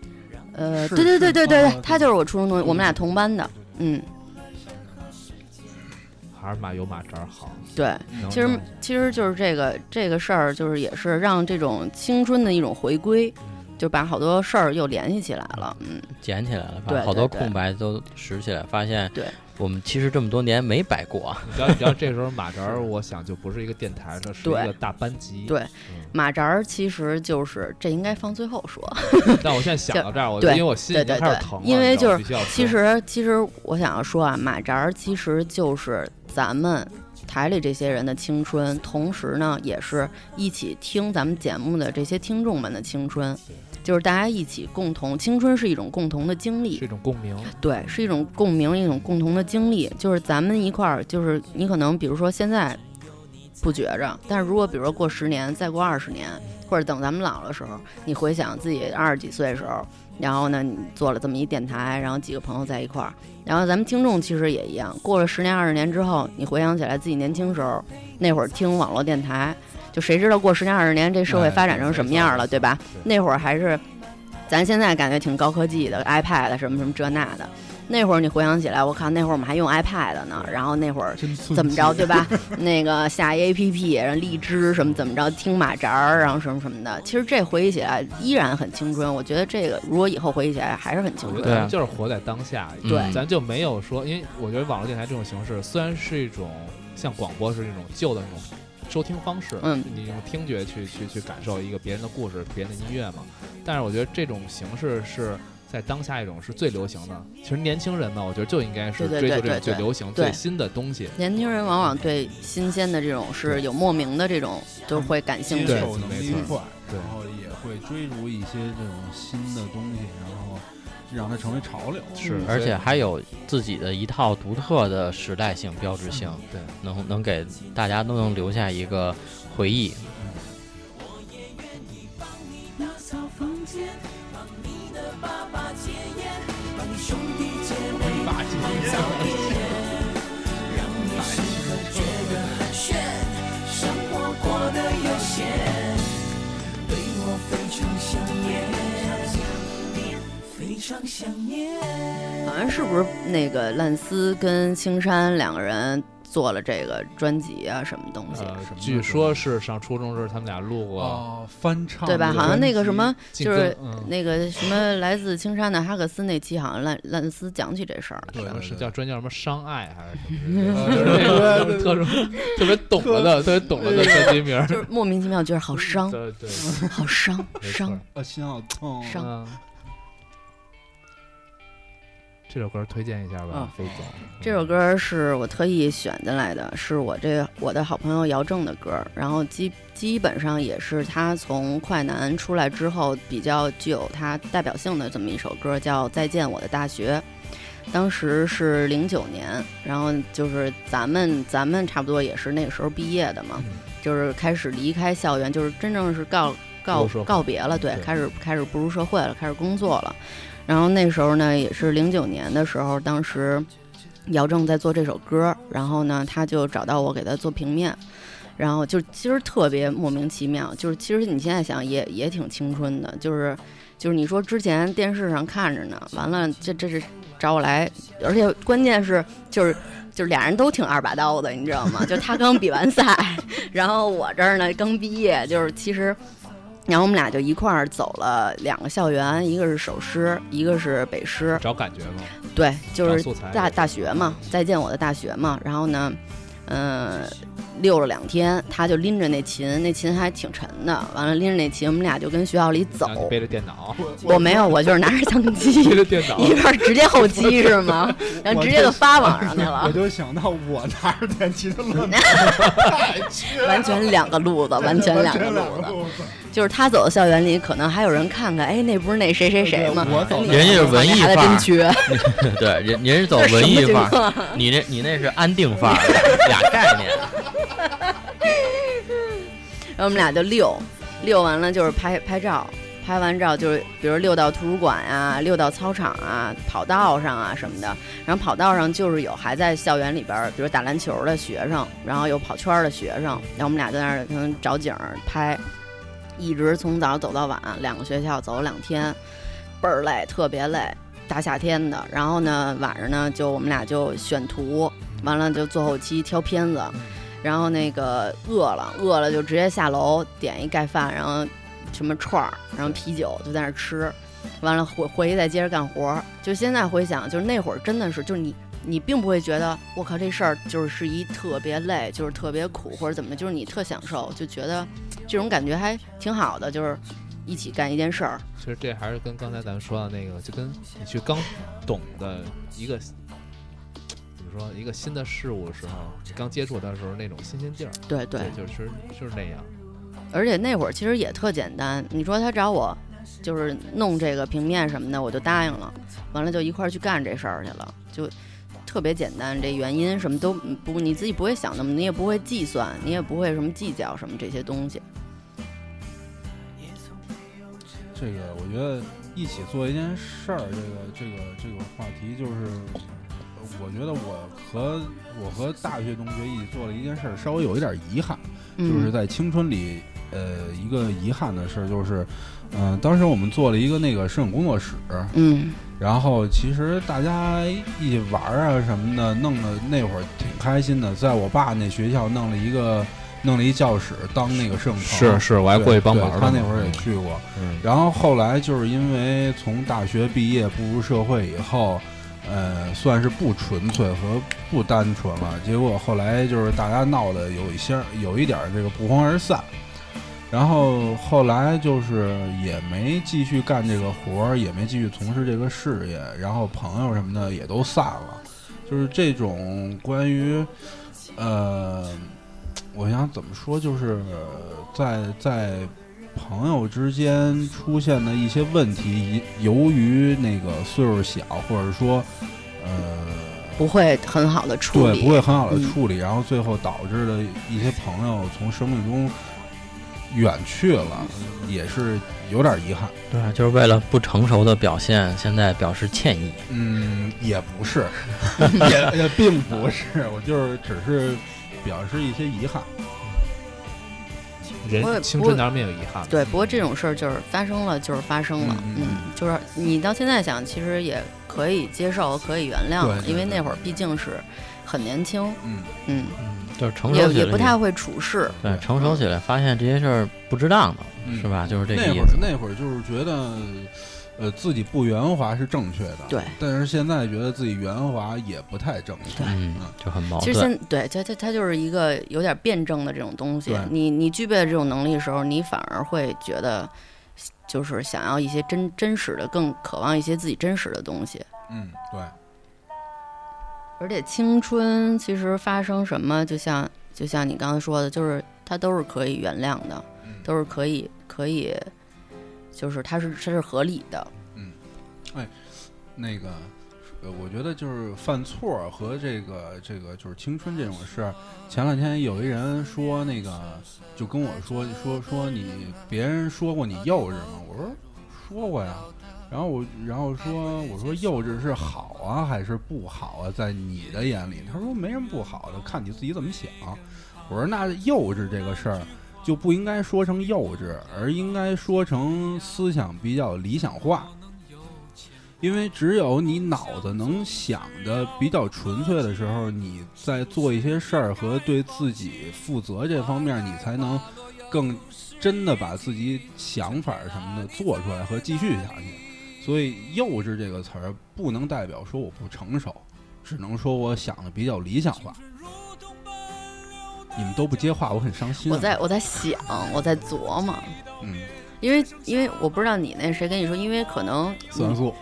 对，他就是我初中同学，我们俩同班的。 还是有马扎好。 对，其实就是这个事儿，就是也是让这种青春的一种回归，就把好多事儿又联系起来了。 捡起来了，把好多空白都拾起来，发现对。 我们其实这么多年没白过。 你知道这时候马扎我想就不是一个电台，这是一个大班级。 对，马扎其实就是这应该放最后说。 但我现在想到这儿，因为我心已经开始疼了。 因为就是其实我想要说啊，马扎其实就是咱们台里这些人的青春，同时呢也是一起听咱们节目的这些听众们的青春。就是大家一起共同，青春是一种共同的经历， 是一种共鸣， 对，是一种共鸣，一种共同的经历。就是咱们一块儿，就是你可能比如说现在不觉着，但是如果比如说过10年，再过20年，或者等咱们老的时候，你回想自己20几岁的时候，然后呢，你做了这么一电台，然后几个朋友在一块儿，然后咱们听众其实也一样，过了10年20年之后，你回想起来自己年轻时候那会儿听网络电台。就谁知道过10年20年这社会发展成什么样了，对吧？那会儿还是咱现在感觉挺高科技的 iPad 什么什么这那的，那会儿你回想起来，我看那会儿我们还用 iPad 呢，然后那会儿怎么着对吧？那个下 APP， 然后荔枝什么怎么着听马扎，然后什么什么的。其实这回忆起来依然很青春，我觉得这个如果以后回忆起来还是很青春。 对，就是活在当下。 对， 咱就没有说，因为我觉得网络电台这种形式虽然是一种像广播是一种旧的那种。收听方式，你用听觉去感受一个别人的故事、别人的音乐嘛。但是我觉得这种形式是在当下一种是最流行的。其实年轻人呢，我觉得就应该是追求这种最流行、最新的东西。 年轻人往往对新鲜的这种是有莫名的这种就会感兴趣， 接受能力快，然后也会追逐一些这种新的东西，然后让它成为潮流。 是，而且还有自己的一套独特的时代性、标志性， 对， 能给大家都能留下一个回忆。好像是不是那个烂丝跟青山两个人做了这个专辑啊，什么东西。 据说是上初中时他们俩录过翻唱， 对吧？好像那个什么，就是那个什么来自青山的哈克斯那期，好像兰斯讲起这事儿。 对，是叫专叫什么伤爱还是什么？就是那种特别懂了的专辑名， 就是莫名其妙觉得好伤， 对， 好伤， 心好痛， 伤。 这首歌推荐一下吧，飞总。 这首歌是我特意选进来的，是我的好朋友姚正的歌，然后基本上也是他从快男出来之后比较具有他代表性的这么一首歌，叫《再见我的大学》。当时是09年，然后就是咱们差不多也是那个时候毕业的嘛，就是开始离开校园，就是真正是告别了，对，开始步入社会了，开始工作了。然后那时候呢，也是09年的时候，当时姚正在做这首歌，然后呢，他就找到我给他做平面，然后就其实特别莫名其妙，就是其实你现在想也挺青春的，就是你说之前电视上看着呢，完了这是找我来，而且关键是就是俩人都挺二把刀的，你知道吗？就他刚比完赛，然后我这儿呢刚毕业，就是其实。然后我们俩就一块儿走了2个校园，一个是首师，一个是北师。 找感觉吗？ 对，就是大学嘛，再见我的大学嘛。然后呢，溜了2天，他就拎着那琴还挺沉的。完了拎着那琴，我们俩就跟学校里走。 你背着电脑？ 我没有，我就是拿着相机。 背着电脑。 一边直接后期是吗？然后直接就发网上去了。 我就想到我拿着电琴乱完全2个路子，完全2个路子。就是他走到校园里，可能还有人看看，哎，那不是那谁吗？ 人家是文艺范儿， 真缺。 对，人家是走文艺范儿，你那是安定范儿，俩概念。 然后我们俩就溜完了，就是拍照，拍完照就是比如溜到图书馆啊，溜到操场啊，跑道上啊什么的。然后跑道上就是有还在校园里边，比如打篮球的学生，然后有跑圈的学生，然后我们俩在那儿可能找景拍。一直从早走到晚，2个学校走了2天，倍儿累，特别累，大夏天的。然后呢，晚上呢，我们俩就选图，完了就做后期挑片子，然后那个饿了就直接下楼点一盖饭，然后什么串儿，然后啤酒就在那吃，完了回去再接着干活。就现在回想，就是那会儿真的是，就是你并不会觉得我靠这事儿就是一特别累，就是特别苦或者怎么的，就是你特享受，就觉得这种感觉还挺好的，就是一起干一件事儿。 其实这还是跟刚才咱们说的那个，就跟你去刚懂的一个怎么说一个新的事物的时候，刚接触的时候那种新鲜劲儿。 对， 就是那样。 而且那会儿其实也特简单，你说他找我就是弄这个平面什么的，我就答应了，完了就一块儿去干这事儿去了，就。特别简单，这原因什么都不，你自己不会想那么，你也不会计算，你也不会什么计较什么这些东西。 这个我觉得一起做一件事儿，这个话题就是，我觉得我和大学同学一起做了一件事儿，稍微有一点遗憾，就是在青春里，一个遗憾的事就是，当时我们做了一个那个摄影工作室，然后其实大家一起玩啊什么的，弄得那会儿挺开心的。在我爸那学校弄了一教室当那个摄影棚， 是，我还过去帮忙。 他那会儿也去过。然后后来就是因为从大学毕业步入社会以后，算是不纯粹和不单纯了。结果后来就是大家闹得有一点这个不欢而散。然后后来就是也没继续干这个活儿，也没继续从事这个事业，然后朋友什么的也都散了。就是这种关于，我想怎么说，就是在朋友之间出现的一些问题，由于那个岁数小，或者说， 不会很好的处理， 对，不会很好的处理，然后最后导致的一些朋友从生命中远去了，也是有点遗憾。 对，就是为了不成熟的表现，现在表示歉意。 也不是，也并不是，我就是只是表示一些遗憾。 人青春难免有遗憾。 对，不过这种事儿就是发生了，就是发生了。就是你到现在想，其实也可以接受，可以原谅，因为那会儿毕竟是很年轻， 就是成熟起来也不太会处事， 对，成熟起来发现这些事儿不值当的，是吧？就是这个意思。 那会儿就是觉得，自己不圆滑是正确的， 对。 但是现在觉得自己圆滑也不太正确， 就很矛盾。 其实它就是一个有点辩证的这种东西。你具备了这种能力的时候，你反而会觉得，就是想要一些真实的，更渴望一些自己真实的东西。 对。 而且青春其实发生什么，就像你刚才说的，就是它都是可以原谅的，都是可以，就是它是合理的。 那个，我觉得就是犯错和这个就是青春这种事儿。前两天有一人说那个，就跟我说你别人说过你幼稚吗？我说说过呀。然后我说幼稚是好啊还是不好啊？在你的眼里，他说没什么不好的，看你自己怎么想。我说那幼稚这个事儿就不应该说成幼稚，而应该说成思想比较理想化。因为只有你脑子能想的比较纯粹的时候，你在做一些事儿和对自己负责这方面，你才能更真的把自己想法什么的做出来和继续下去。所以幼稚这个词儿不能代表说我不成熟，只能说我想的比较理想化。你们都不接话，我很伤心。 我在想，我在琢磨。因为我不知道你那谁跟你说，因为可能色素素。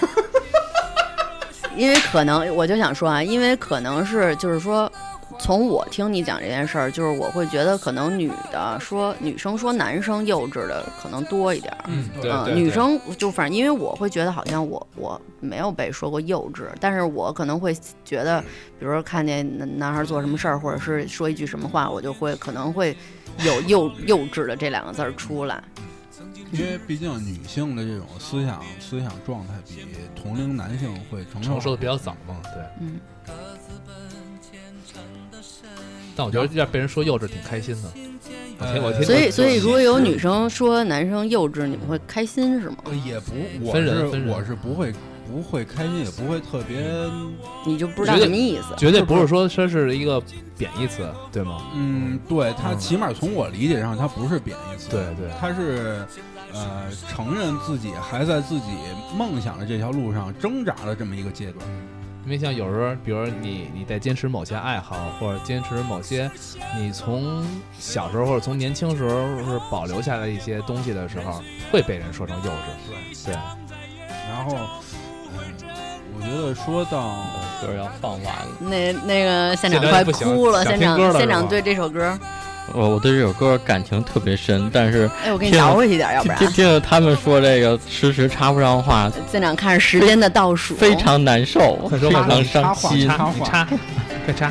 因为可能我就想说啊，因为可能是就是说，从我听你讲这件事儿，就是我会觉得可能女生说男生幼稚的可能多一点。 对， 女生就反正因为我会觉得好像我没有被说过幼稚，但是我可能会觉得，比如说看见男孩做什么事儿，或者是说一句什么话，我就会可能会有幼稚的这两个字儿出来。 因为毕竟女性的这种思想状态比同龄男性会成熟的比较早嘛，对。但我觉得被人说幼稚挺开心的。我听所以如果有女生说男生幼稚，你们会开心是吗？ 也不，我是不会开心，也不会特别。 你就不知道什么意思？ 绝对不是说这是一个贬义词，对吗？ 对，他起码从我理解上，他不是贬义词。 对， 他是承认自己还在自己梦想的这条路上挣扎的这么一个阶段。 因为像有时候，比如你在坚持某些爱好，或者坚持某些你从小时候或者从年轻时候是保留下来一些东西的时候，会被人说成幼稚。对。 然后，我觉得说到歌要放完了， 那个现场快哭了，现场对这首歌。 我对这首歌感情特别深，但是我给你摇回去点，要不然听着他们说这个迟迟插不上话， 现场看着时间的倒数， 非常难受，非常伤心。 快插。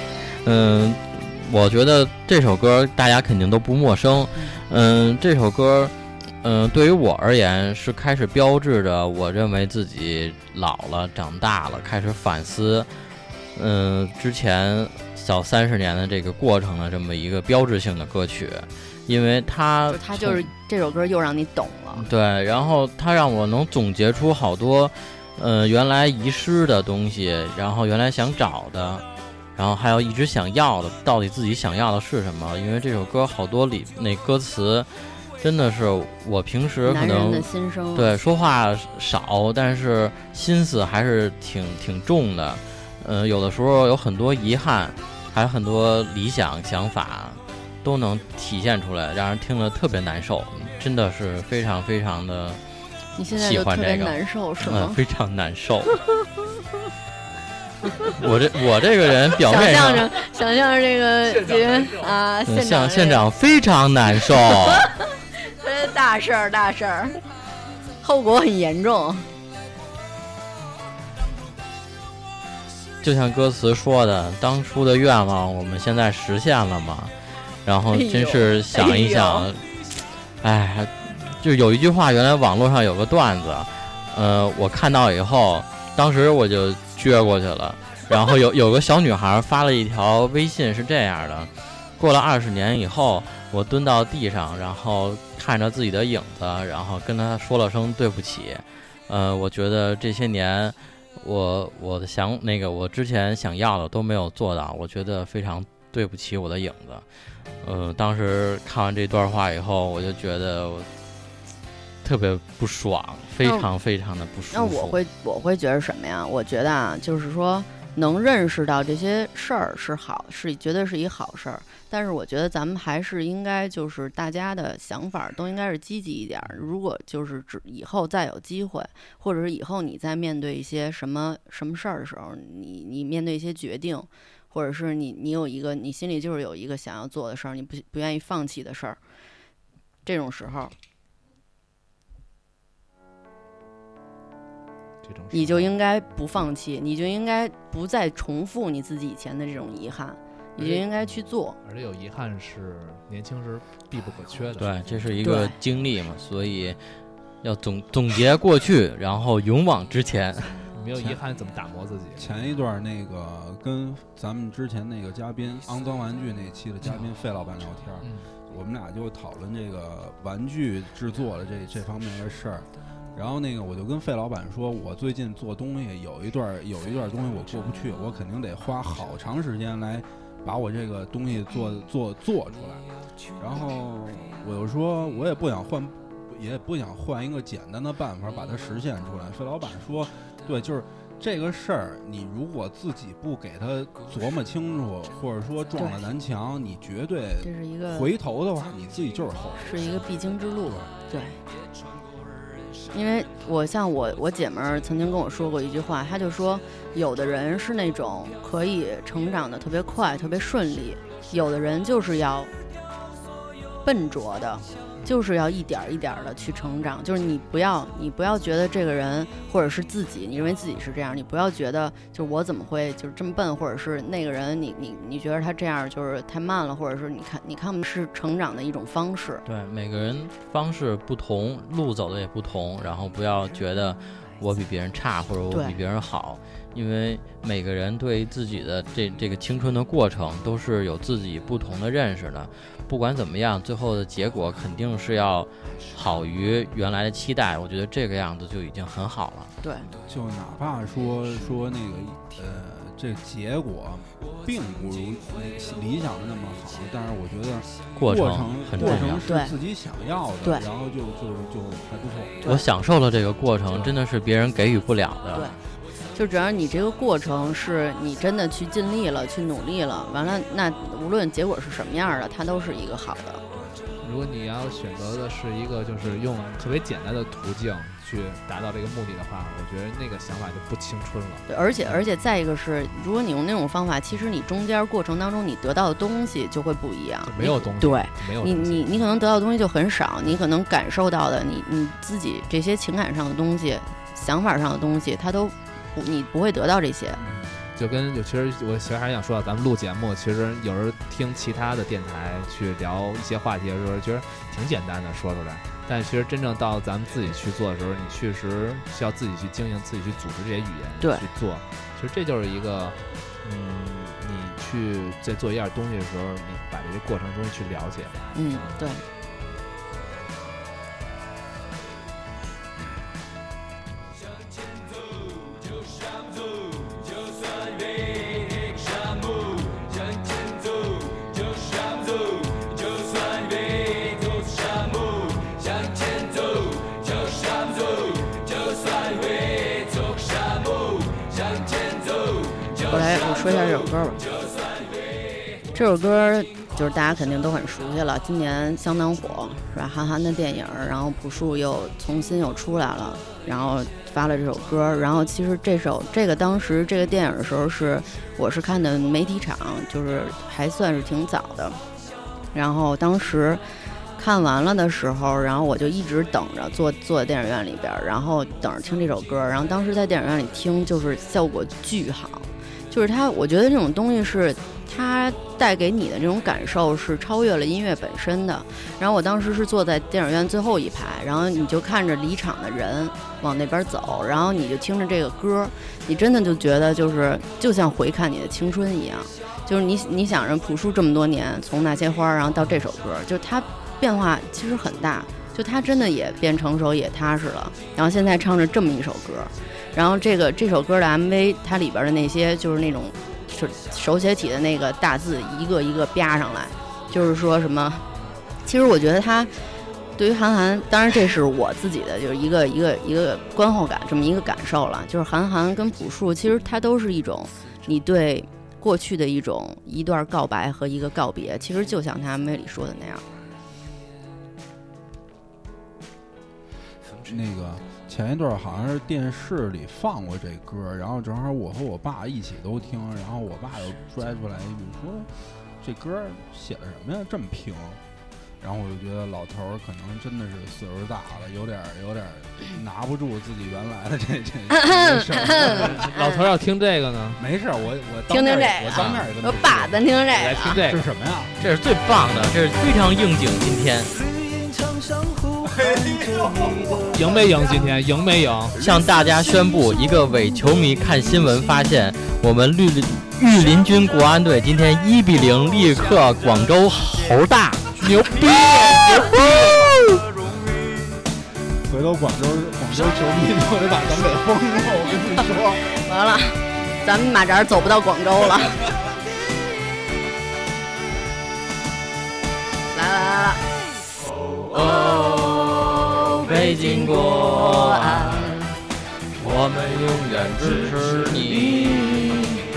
我觉得这首歌大家肯定都不陌生。这首歌，对于我而言是开始标志着我认为自己老了、长大了，开始反思。之前小30年的这个过程的这么一个标志性的歌曲，因为它就是这首歌又让你懂了， 对，然后它让我能总结出好多原来遗失的东西，然后原来想找的，然后还有一直想要的，到底自己想要的是什么？因为这首歌好多里那歌词真的是我平时可能男人的心声， 对，说话少，但是心思还是挺重的。有的时候有很多遗憾，还有很多理想想法都能体现出来，让人听了特别难受，真的是非常非常的喜欢这个。你现在就特别难受是吗？ 非常难受。我这个人表面上想象着这个啊， 现场非常难受。 大事儿，后果很严重。 就像歌词说的，当初的愿望我们现在实现了吗？然后真是想一想，就有一句话，原来网络上有个段子，我看到以后，当时我就撅过去了。然后有个小女孩发了一条微信，是这样的：过了20年以后，我蹲到地上，然后看着自己的影子，然后跟她说了声对不起。我觉得这些年我的我之前想要的都没有做到，我觉得非常对不起我的影子。当时看完这段话以后，我就觉得我特别不爽，非常非常的不舒服。 那我会觉得什么呀？我觉得啊，就是说能认识到这些事儿是好，是绝对是一好事儿。但是我觉得咱们还是应该，就是大家的想法都应该是积极一点。如果就是以后再有机会，或者是以后你在面对一些什么事儿的时候，你面对一些决定，或者是你有一个你心里就是有一个想要做的事儿，你不愿意放弃的事儿，这种时候你就应该不放弃，你就应该不再重复你自己以前的这种遗憾，你就应该去做。 而且有遗憾是年轻时必不可缺的。 对，这是一个经历嘛，所以要总结过去，然后勇往直前。 没有遗憾怎么打磨自己？ 前一段那个跟咱们之前那个嘉宾肮脏玩具那期的嘉宾费老板聊天，我们俩就讨论这个玩具制作的这方面的事儿。然后我就跟费老板说，我最近做东西有一段东西我过不去，我肯定得花好长时间来把我这个东西做出来。然后我就说我也不想换一个简单的办法把它实现出来。费老板说，对，就是这个事儿，你如果自己不给他琢磨清楚，或者说撞了南墙，你绝对这是一个回头的话，你自己就是后悔， 是一个必经之路。对。因为我姐们儿曾经跟我说过一句话，她就说有的人是那种可以成长的特别快特别顺利，有的人就是要笨拙的，就是要一点一点的去成长。就是你不要觉得这个人或者是自己，你认为自己是这样，你不要觉得就我怎么会就是这么笨，或者是那个人你觉得他这样就是太慢了，或者是你看是成长的一种方式。 对，每个人方式不同，路走的也不同，然后不要觉得我比别人差或者我比别人好，因为每个人对自己的这个青春的过程都是有自己不同的认识的。不管怎么样，最后的结果肯定是要好于原来的期待，我觉得这个样子就已经很好了。 对， 就哪怕说这个结果并不如理想的那么好，但是我觉得过程很重要， 是自己想要的， 对， 然后就还不错。 我享受了这个过程，真的是别人给予不了的。 对。就只要你这个过程是你真的去尽力了，去努力了，完了，那无论结果是什么样的，它都是一个好的。 如果你要选择的是一个就是用特别简单的途径去达到这个目的的话，我觉得那个想法就不青春了。 对，而且再一个是，如果你用那种方法，其实你中间过程当中你得到的东西就会不一样， 没有东西。 对， 没有你可能得到的东西就很少，你可能感受到的你自己这些情感上的东西、想法上的东西，它都你不会得到这些。 其实我其实还想说到咱们录节目，其实有时候听其他的电台去聊一些话题的时候，觉得挺简单的说出来，但其实真正到咱们自己去做的时候，你确实需要自己去经营，自己去组织这些语言去做。其实这就是一个你去在做一样东西的时候，你把这些过程中去了解。 对。我说一下这首歌吧。这首歌就是大家肯定都很熟悉了，今年相当火，是吧？韩寒的电影，然后朴树又重新出来了，然后发了这首歌。然后其实这个当时这个电影的时候我是看的媒体场，就是还算是挺早的。然后当时看完了的时候，然后我就一直等着坐在电影院里边，然后等着听这首歌。然后当时在电影院里听，就是效果巨好。就是我觉得这种东西是它带给你的这种感受是超越了音乐本身的。然后我当时是坐在电影院最后一排，然后你就看着离场的人往那边走，然后你就听着这个歌，你真的就觉得就像回看你的青春一样。就是你想着朴树这么多年，从那些花然后到这首歌，就它变化其实很大。 就他真的也变成熟也踏实了，然后现在唱着这么一首歌，然后这首歌的 MV 它里边的那些就是那种手写体的那个大字一个一个啪上来，就是说什么，其实我觉得他对于韩寒，当然这是我自己的就是一个观后感这么一个感受了，就是韩寒跟朴树其实它都是一种你对过去的一段告白和一个告别，其实就像他 MV 里说的那样。 那个前一段好像是电视里放过这歌，然后正好我和我爸一起都听，然后我爸又拽出来一句说这歌写的什么呀这么平，然后我就觉得老头儿可能真的是岁数大了，有点拿不住自己原来的这事儿。 老头要听这个呢？ 没事，我听这个， 我当面也跟他说。 爸咱听这个， 来听这个是什么呀？ 这是最棒的，这是非常应景。今天赢没赢？今天赢没赢？ 向大家宣布，一个伪球迷看新闻发现，我们御林军国安队今天1-0力克广州猴大，牛逼！牛逼！ 回头广州球迷就得把咱们给封了，我跟你说。 完了，咱们马扎走不到广州了。来， 哦，北京国安，我们永远支持你。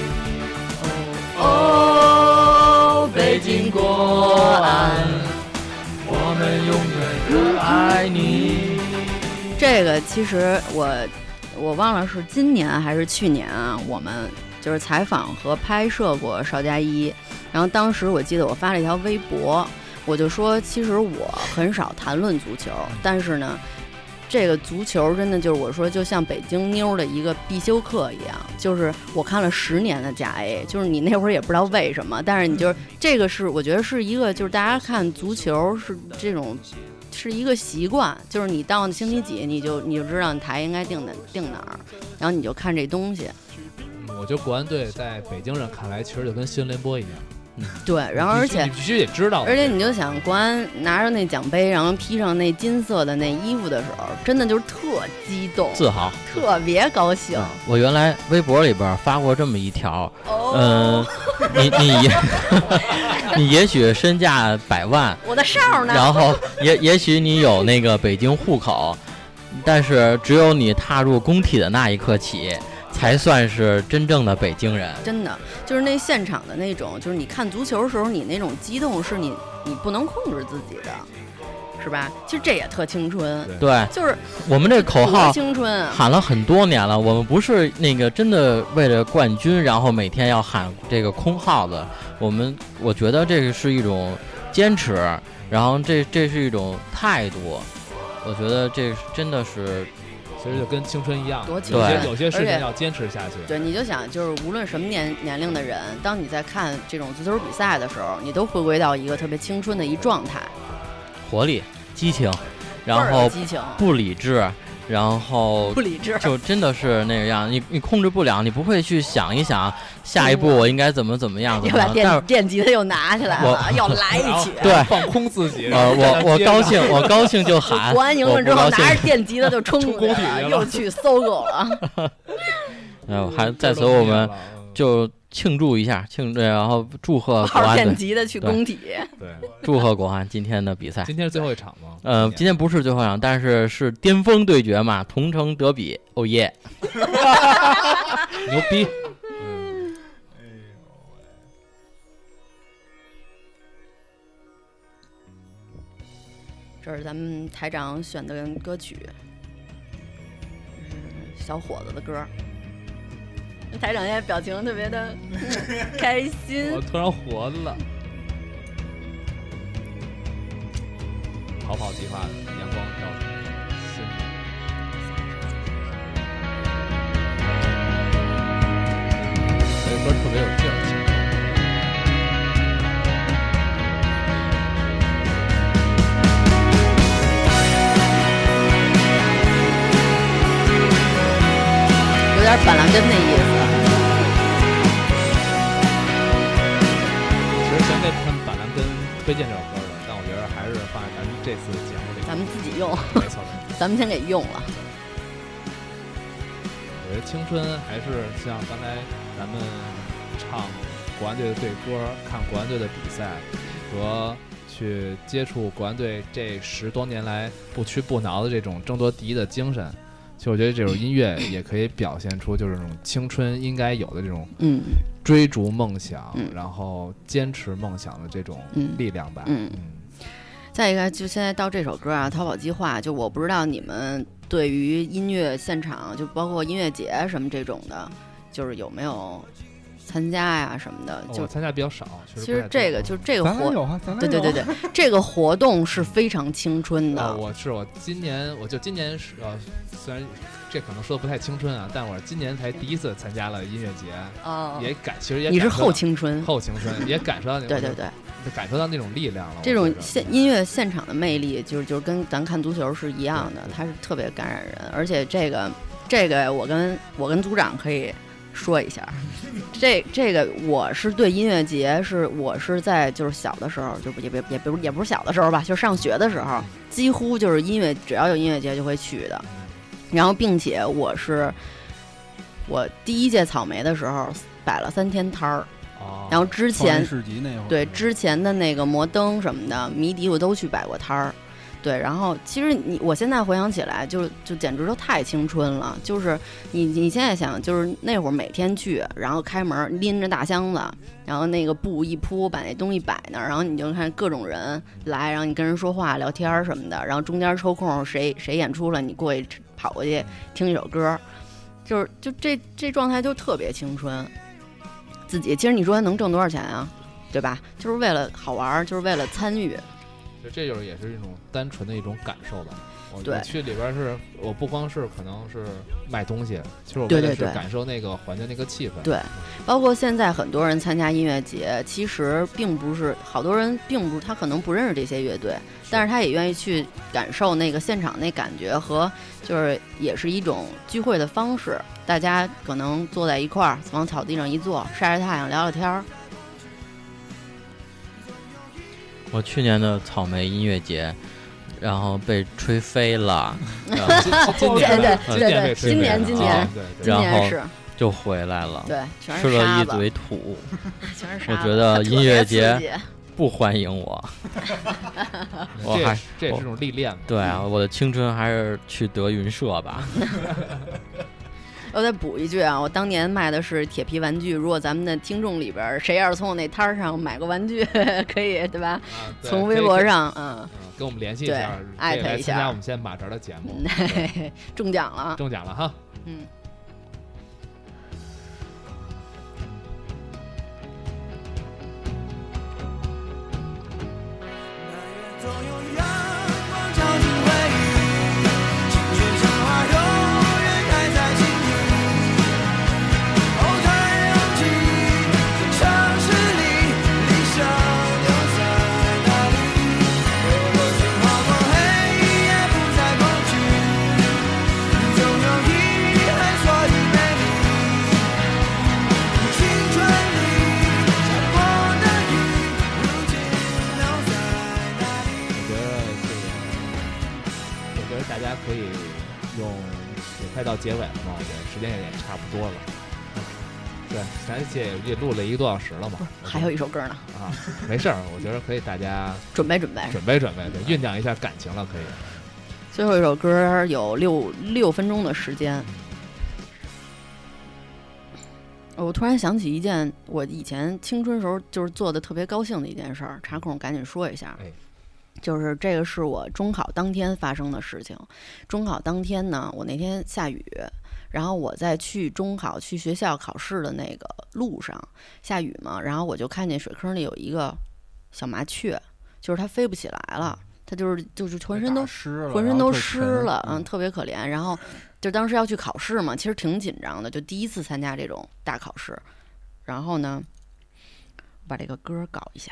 哦，北京国安，我们永远热爱你。 这个其实我忘了是今年还是去年啊，我们就是采访和拍摄过邵佳一，然后当时我记得我发了一条微博，我就说其实我很少谈论足球，但是呢这个足球真的就是我说就像北京妞的一个必修课一样，就是我看了10年的甲 A， 就是你那会儿也不知道为什么，但是你就是这个是我觉得是一个就是大家看足球是这种是一个习惯，就是你到星期几你就知道你台应该定哪儿，然后你就看这东西。 我觉得国安队在北京人看来其实就跟新闻联播一样。 对，然后而且你必须得知道， 而且你就想国安拿着那奖杯，然后披上那金色的那衣服的时候，真的就是特激动、 自豪、 特别高兴。 我原来微博里边发过这么一条，你也许身价100万， 我的哨呢？ 然后也许你有那个北京户口，但是只有你踏入工体的那一刻起，才算是真正的北京人。 真的就是那现场的那种，就是你看足球的时候，你那种激动是你不能控制自己的，是吧？其实这也特青春。 对， 就是我们这口号青春喊了很多年了，我们不是那个真的为了冠军，然后每天要喊这个空号子。我觉得这个是一种坚持，然后这是一种态度。我觉得这真的是。 其实就跟青春一样，有些事情要坚持下去。 对，你就想，就是无论什么年龄的人，当你在看这种足球比赛的时候，你都回归到一个特别青春的一状态， 活力、激情，然后不理智，然后不理智， 就真的是那个样。你控制不了，你不会去想一想下一步我应该怎么样。 又把电吉他又拿起来了，要来一曲， 对， 放空自己。 我高兴就喊。 国安赢了之后，拿着电吉他就冲过去了，又去搜狗了。 还在此我们就庆祝一下，然后祝贺国安电吉的去工体。 对， 祝贺国安今天的比赛。 今天是最后一场吗？ 今天不是最后一场，但是巅峰对决嘛，同城德比，哦耶！ 牛逼！ 这是咱们台长选的歌曲，小伙子的歌。台长现在表情特别的开心， 我突然活了。逃跑计划的阳光照射，这歌特别有劲儿。 有点板蓝根的意思。 其实先给他们板蓝根推荐这首歌的，但我觉得还还是放在咱们这次节目里， 咱们自己用， 没错， 咱们先给用了。 我觉得青春还是像刚才咱们唱国安队的队歌，看国安队的比赛，和去接触国安队这10多年来不屈不挠的这种争夺第一的精神。其实我觉得这首音乐也可以表现出就是这种青春应该有的这种追逐梦想，然后坚持梦想的这种力量吧。 再一个，就现在到这首歌啊，《逃跑计划》，就我不知道你们对于音乐现场，就包括音乐节什么这种的，就是有没有参加呀什么的？就参加比较少。 其实这个就这个活动， 对，这个活动是非常青春的。 我今年是虽然这可能说的不太青春啊，但我今年才第一次参加了音乐节，也其实也你是后青春， 也感受到那种对， 感受到那种力量了。 这种音乐现场的魅力，就是跟咱看足球是一样的，它是特别感染人。而且这个我跟组长可以说一下，这个我是对音乐节我是在就是小的时候，就也不是小的时候吧，就上学的时候，几乎就是只要有音乐节就会去的。然后并且我第一届草莓的时候摆了3天摊儿，然后之前对之前的那个摩登什么的迷笛我都去摆过摊儿。对，然后其实我现在回想起来，就简直都太青春了。就是你现在想，就是那会儿每天去，然后开门拎着大箱子，然后那个布一铺，把那东西摆那儿，然后你就看各种人来，然后你跟人说话聊天什么的，然后中间抽空谁演出了，你过去跑过去听一首歌，就这状态就特别青春。自己其实你说能挣多少钱啊，对吧？就是为了好玩，就是为了参与。 这就是也是一种单纯的一种感受吧。我去里边我不光是可能是卖东西，其实我为的是感受那个环境那个气氛。 对，包括现在很多人参加音乐节，其实并不是好多人他可能不认识这些乐队，但是他也愿意去感受那个现场那感觉，和就是也是一种聚会的方式。大家可能坐在一块儿，往草地上一坐，晒晒太阳，聊聊天儿。 我去年的草莓音乐节，然后被吹飞了。 今年， 然后就回来了。 对， 吃了一嘴土。 全是我觉得音乐节不欢迎我。 这也是种历练。 对啊，我的青春还是去德云社吧。 我再补一句啊，我当年卖的是铁皮玩具，如果咱们的听众里边谁要是从我那摊上买个玩具，可以对吧？从微博上跟我们联系一下， 艾特一下， 参加我们现在马哲的节目， 中奖了哈。可以用，也快到结尾了嘛，我觉得时间也差不多了。对，咱也录了1个多小时了嘛， 还有一首歌呢。 没事儿，我觉得可以大家准备， 对，酝酿一下感情了，可以。 最后一首歌有6分钟的时间。我突然想起一件我以前青春时候就是做的特别高兴的一件事儿，插空赶紧说一下。就是这个是我中考当天发生的事情。中考当天呢，我那天下雨，然后我在去学校考试的那个路上下雨嘛，然后我就看见水坑里有一个小麻雀，就是它飞不起来了，它就是浑身都湿了，特别可怜。然后就当时要去考试嘛，其实挺紧张的，就第一次参加这种大考试。然后呢，我把这个歌搞一下。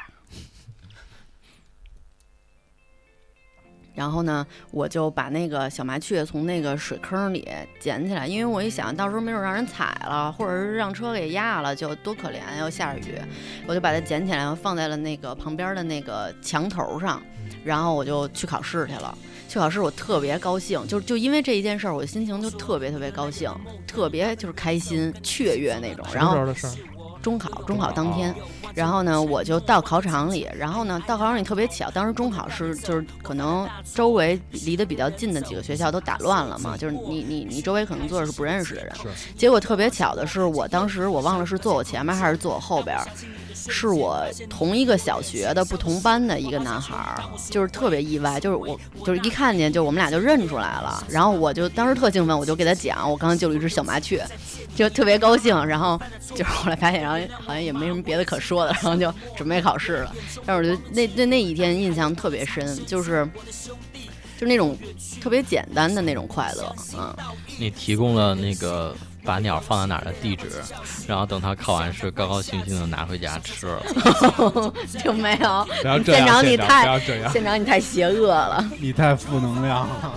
然后呢，我就把那个小麻雀从那个水坑里捡起来，因为我一想到时候没准让人踩了，或者是让车给压了，就多可怜，要下着雨，我就把它捡起来，放在了那个旁边的那个墙头上。 然后我就去考试去了。去考试我特别高兴，就因为这一件事儿，我的心情就特别高兴，特别就是开心雀跃那种。然后中考当天，然后呢我就到考场里，然后呢到考场里特别巧，当时中考是就是可能周围离得比较近的几个学校都打乱了嘛，就是你周围可能坐的是不认识的人，结果特别巧的是，我当时我忘了是坐我前面还是坐我后边。是我同一个小学的不同班的一个男孩，就是特别意外，就是我就是一看见就我们俩就认出来了，然后我就当时特兴奋，我就给他讲我刚刚救了一只小麻雀，就特别高興，然后就是后来发现，然后好像也没什么别的可说的，然后就准备考试了。但是我觉得那一天印象特别深，就是那种特别简单的那种快乐。 你提供了那个把鸟放在哪儿的地址，然后等他考完试高高兴兴的拿回家吃了。 就没有， 县长你太邪恶了， 你太负能量了。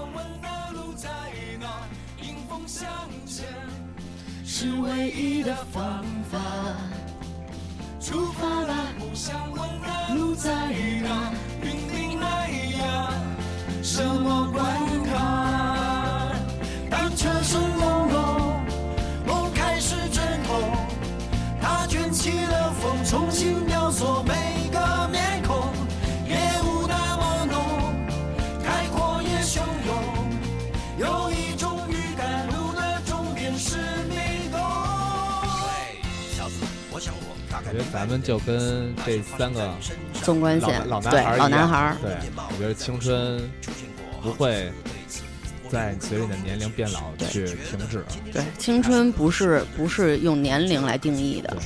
是唯一的方法，出发吧，路在哪，云里来呀，什么关卡？当车声隆隆，我开始阵痛，它卷起了风，重新雕塑每个面孔，夜雾那么浓，开阔也汹涌，有一种预感，路的终点是迷宫。 我觉得咱们就跟这3个纵贯线老男孩，对，我觉得青春不会在随着你的年龄变老去停止。 对，青春不是用年龄来定义的。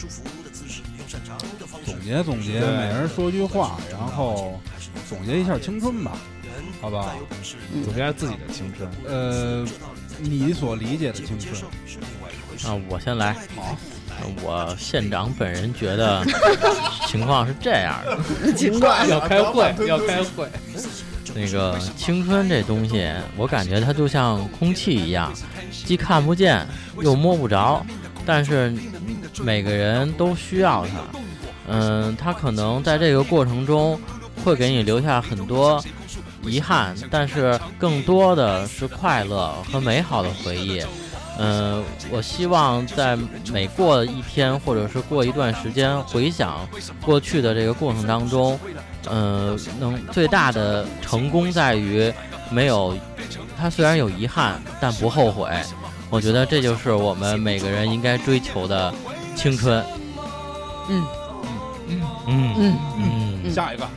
总结，每人说句话，然后总结一下青春吧，好不好？ 总结一下自己的青春。 你所理解的青春。 我先来。 好。 我县长本人觉得情况是这样的， 情况要开会。 那个青春这东西，我感觉它就像空气一样，既看不见又摸不着，但是每个人都需要它。它可能在这个过程中会给你留下很多遗憾，但是更多的是快乐和美好的回忆。我希望在每过一天或者是过一段时间回想过去的这个过程当中，能最大的成功在于没有，它虽然有遗憾但不后悔。我觉得这就是我们每个人应该追求的青春。 下一个，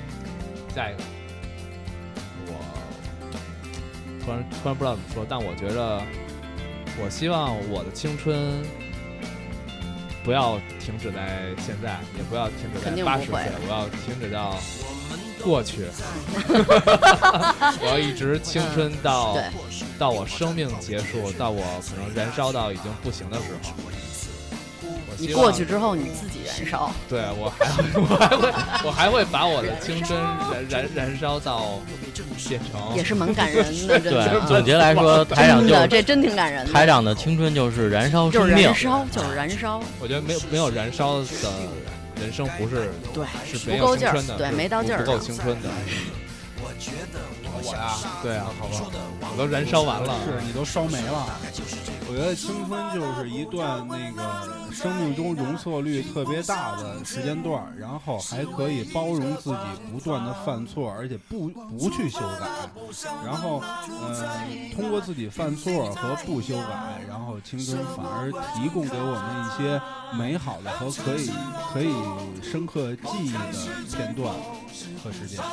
我突然不知道怎么说，但我觉着。我希望我的青春不要停止在现在，也不要停止在80岁，我要停止到过去。我要一直青春到我生命结束，到我可能燃烧到已经不行的时候。 你过去之后你自己燃烧。 对，我还会把我的青春燃烧到变成， 也是蛮感人的。 对，总结来说，台长这真挺感人的。 台长的青春就是燃烧生命， 就是燃烧。 我觉得没有燃烧的人生不是是没有青春的， 对，没到劲儿， 不够青春的。 我呀， 对啊，好吧，我都燃烧完了， 是你都烧没了。我觉得青春就是一段那个生命中容错率特别大的时间段，然后还可以包容自己不断的犯错，而且不去修改，然后通过自己犯错和不修改，然后青春反而提供给我们一些美好的和可以深刻记忆的片段和时间。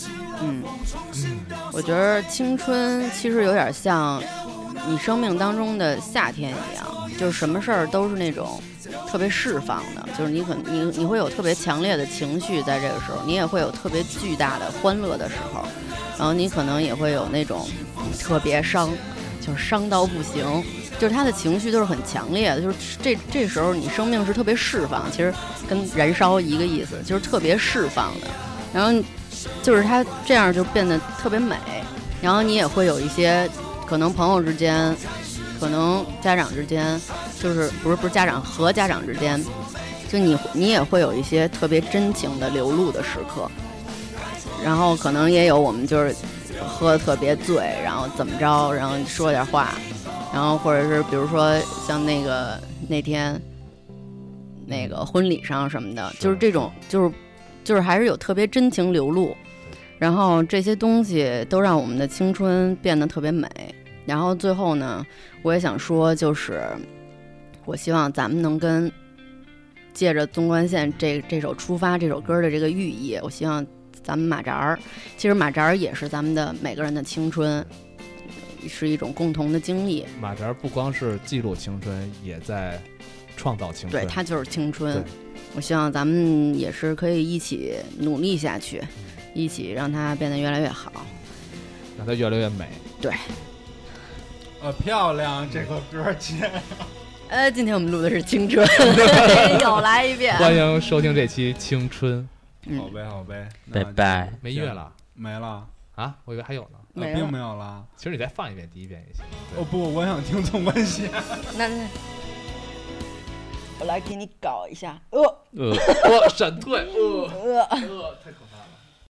我觉得青春其实有点像你生命当中的夏天一样，就是什么事儿都是那种特别释放的，就是你会有特别强烈的情绪，在这个时候你也会有特别巨大的欢乐的时候，然后你可能也会有那种特别伤，就是伤到不行，就是他的情绪都是很强烈的，就是这时候你生命是特别释放，其实跟燃烧一个意思，就是特别释放的，然后就是他这样就变得特别美，然后你也会有一些可能朋友之间，可能家长之间，就是不是家长和家长之间，就你也会有一些特别真情的流露的时刻， 然后可能也有我们就是喝得特别醉，然后怎么着，然后说点话，然后或者是比如说像那天那个婚礼上什么的，就是这种就是还是有特别真情流露，然后这些东西都让我们的青春变得特别美。然后最后呢，我也想说，就是我希望咱们能跟借着纵贯线这首出发这首歌的这个寓意，我希望咱们马扎儿，其实马扎儿也是咱们的每个人的青春，是一种共同的经历。 马扎儿不光是记录青春，也在创造青春。 对，它就是青春。我希望咱们也是可以一起努力下去，一起让它变得越来越好， 让它越来越美。 对。 漂亮，这个歌接。 今天我们录的是青春，又来一遍。 欢迎收听这期青春。 好呗，好呗， 拜拜。 没音乐了？ 没了啊？我以为还有呢。 并没有了。 其实你再放一遍，第一遍也行。 哦不，我想听纵贯线。 那我来给你搞一下。 我闪退。太可怕。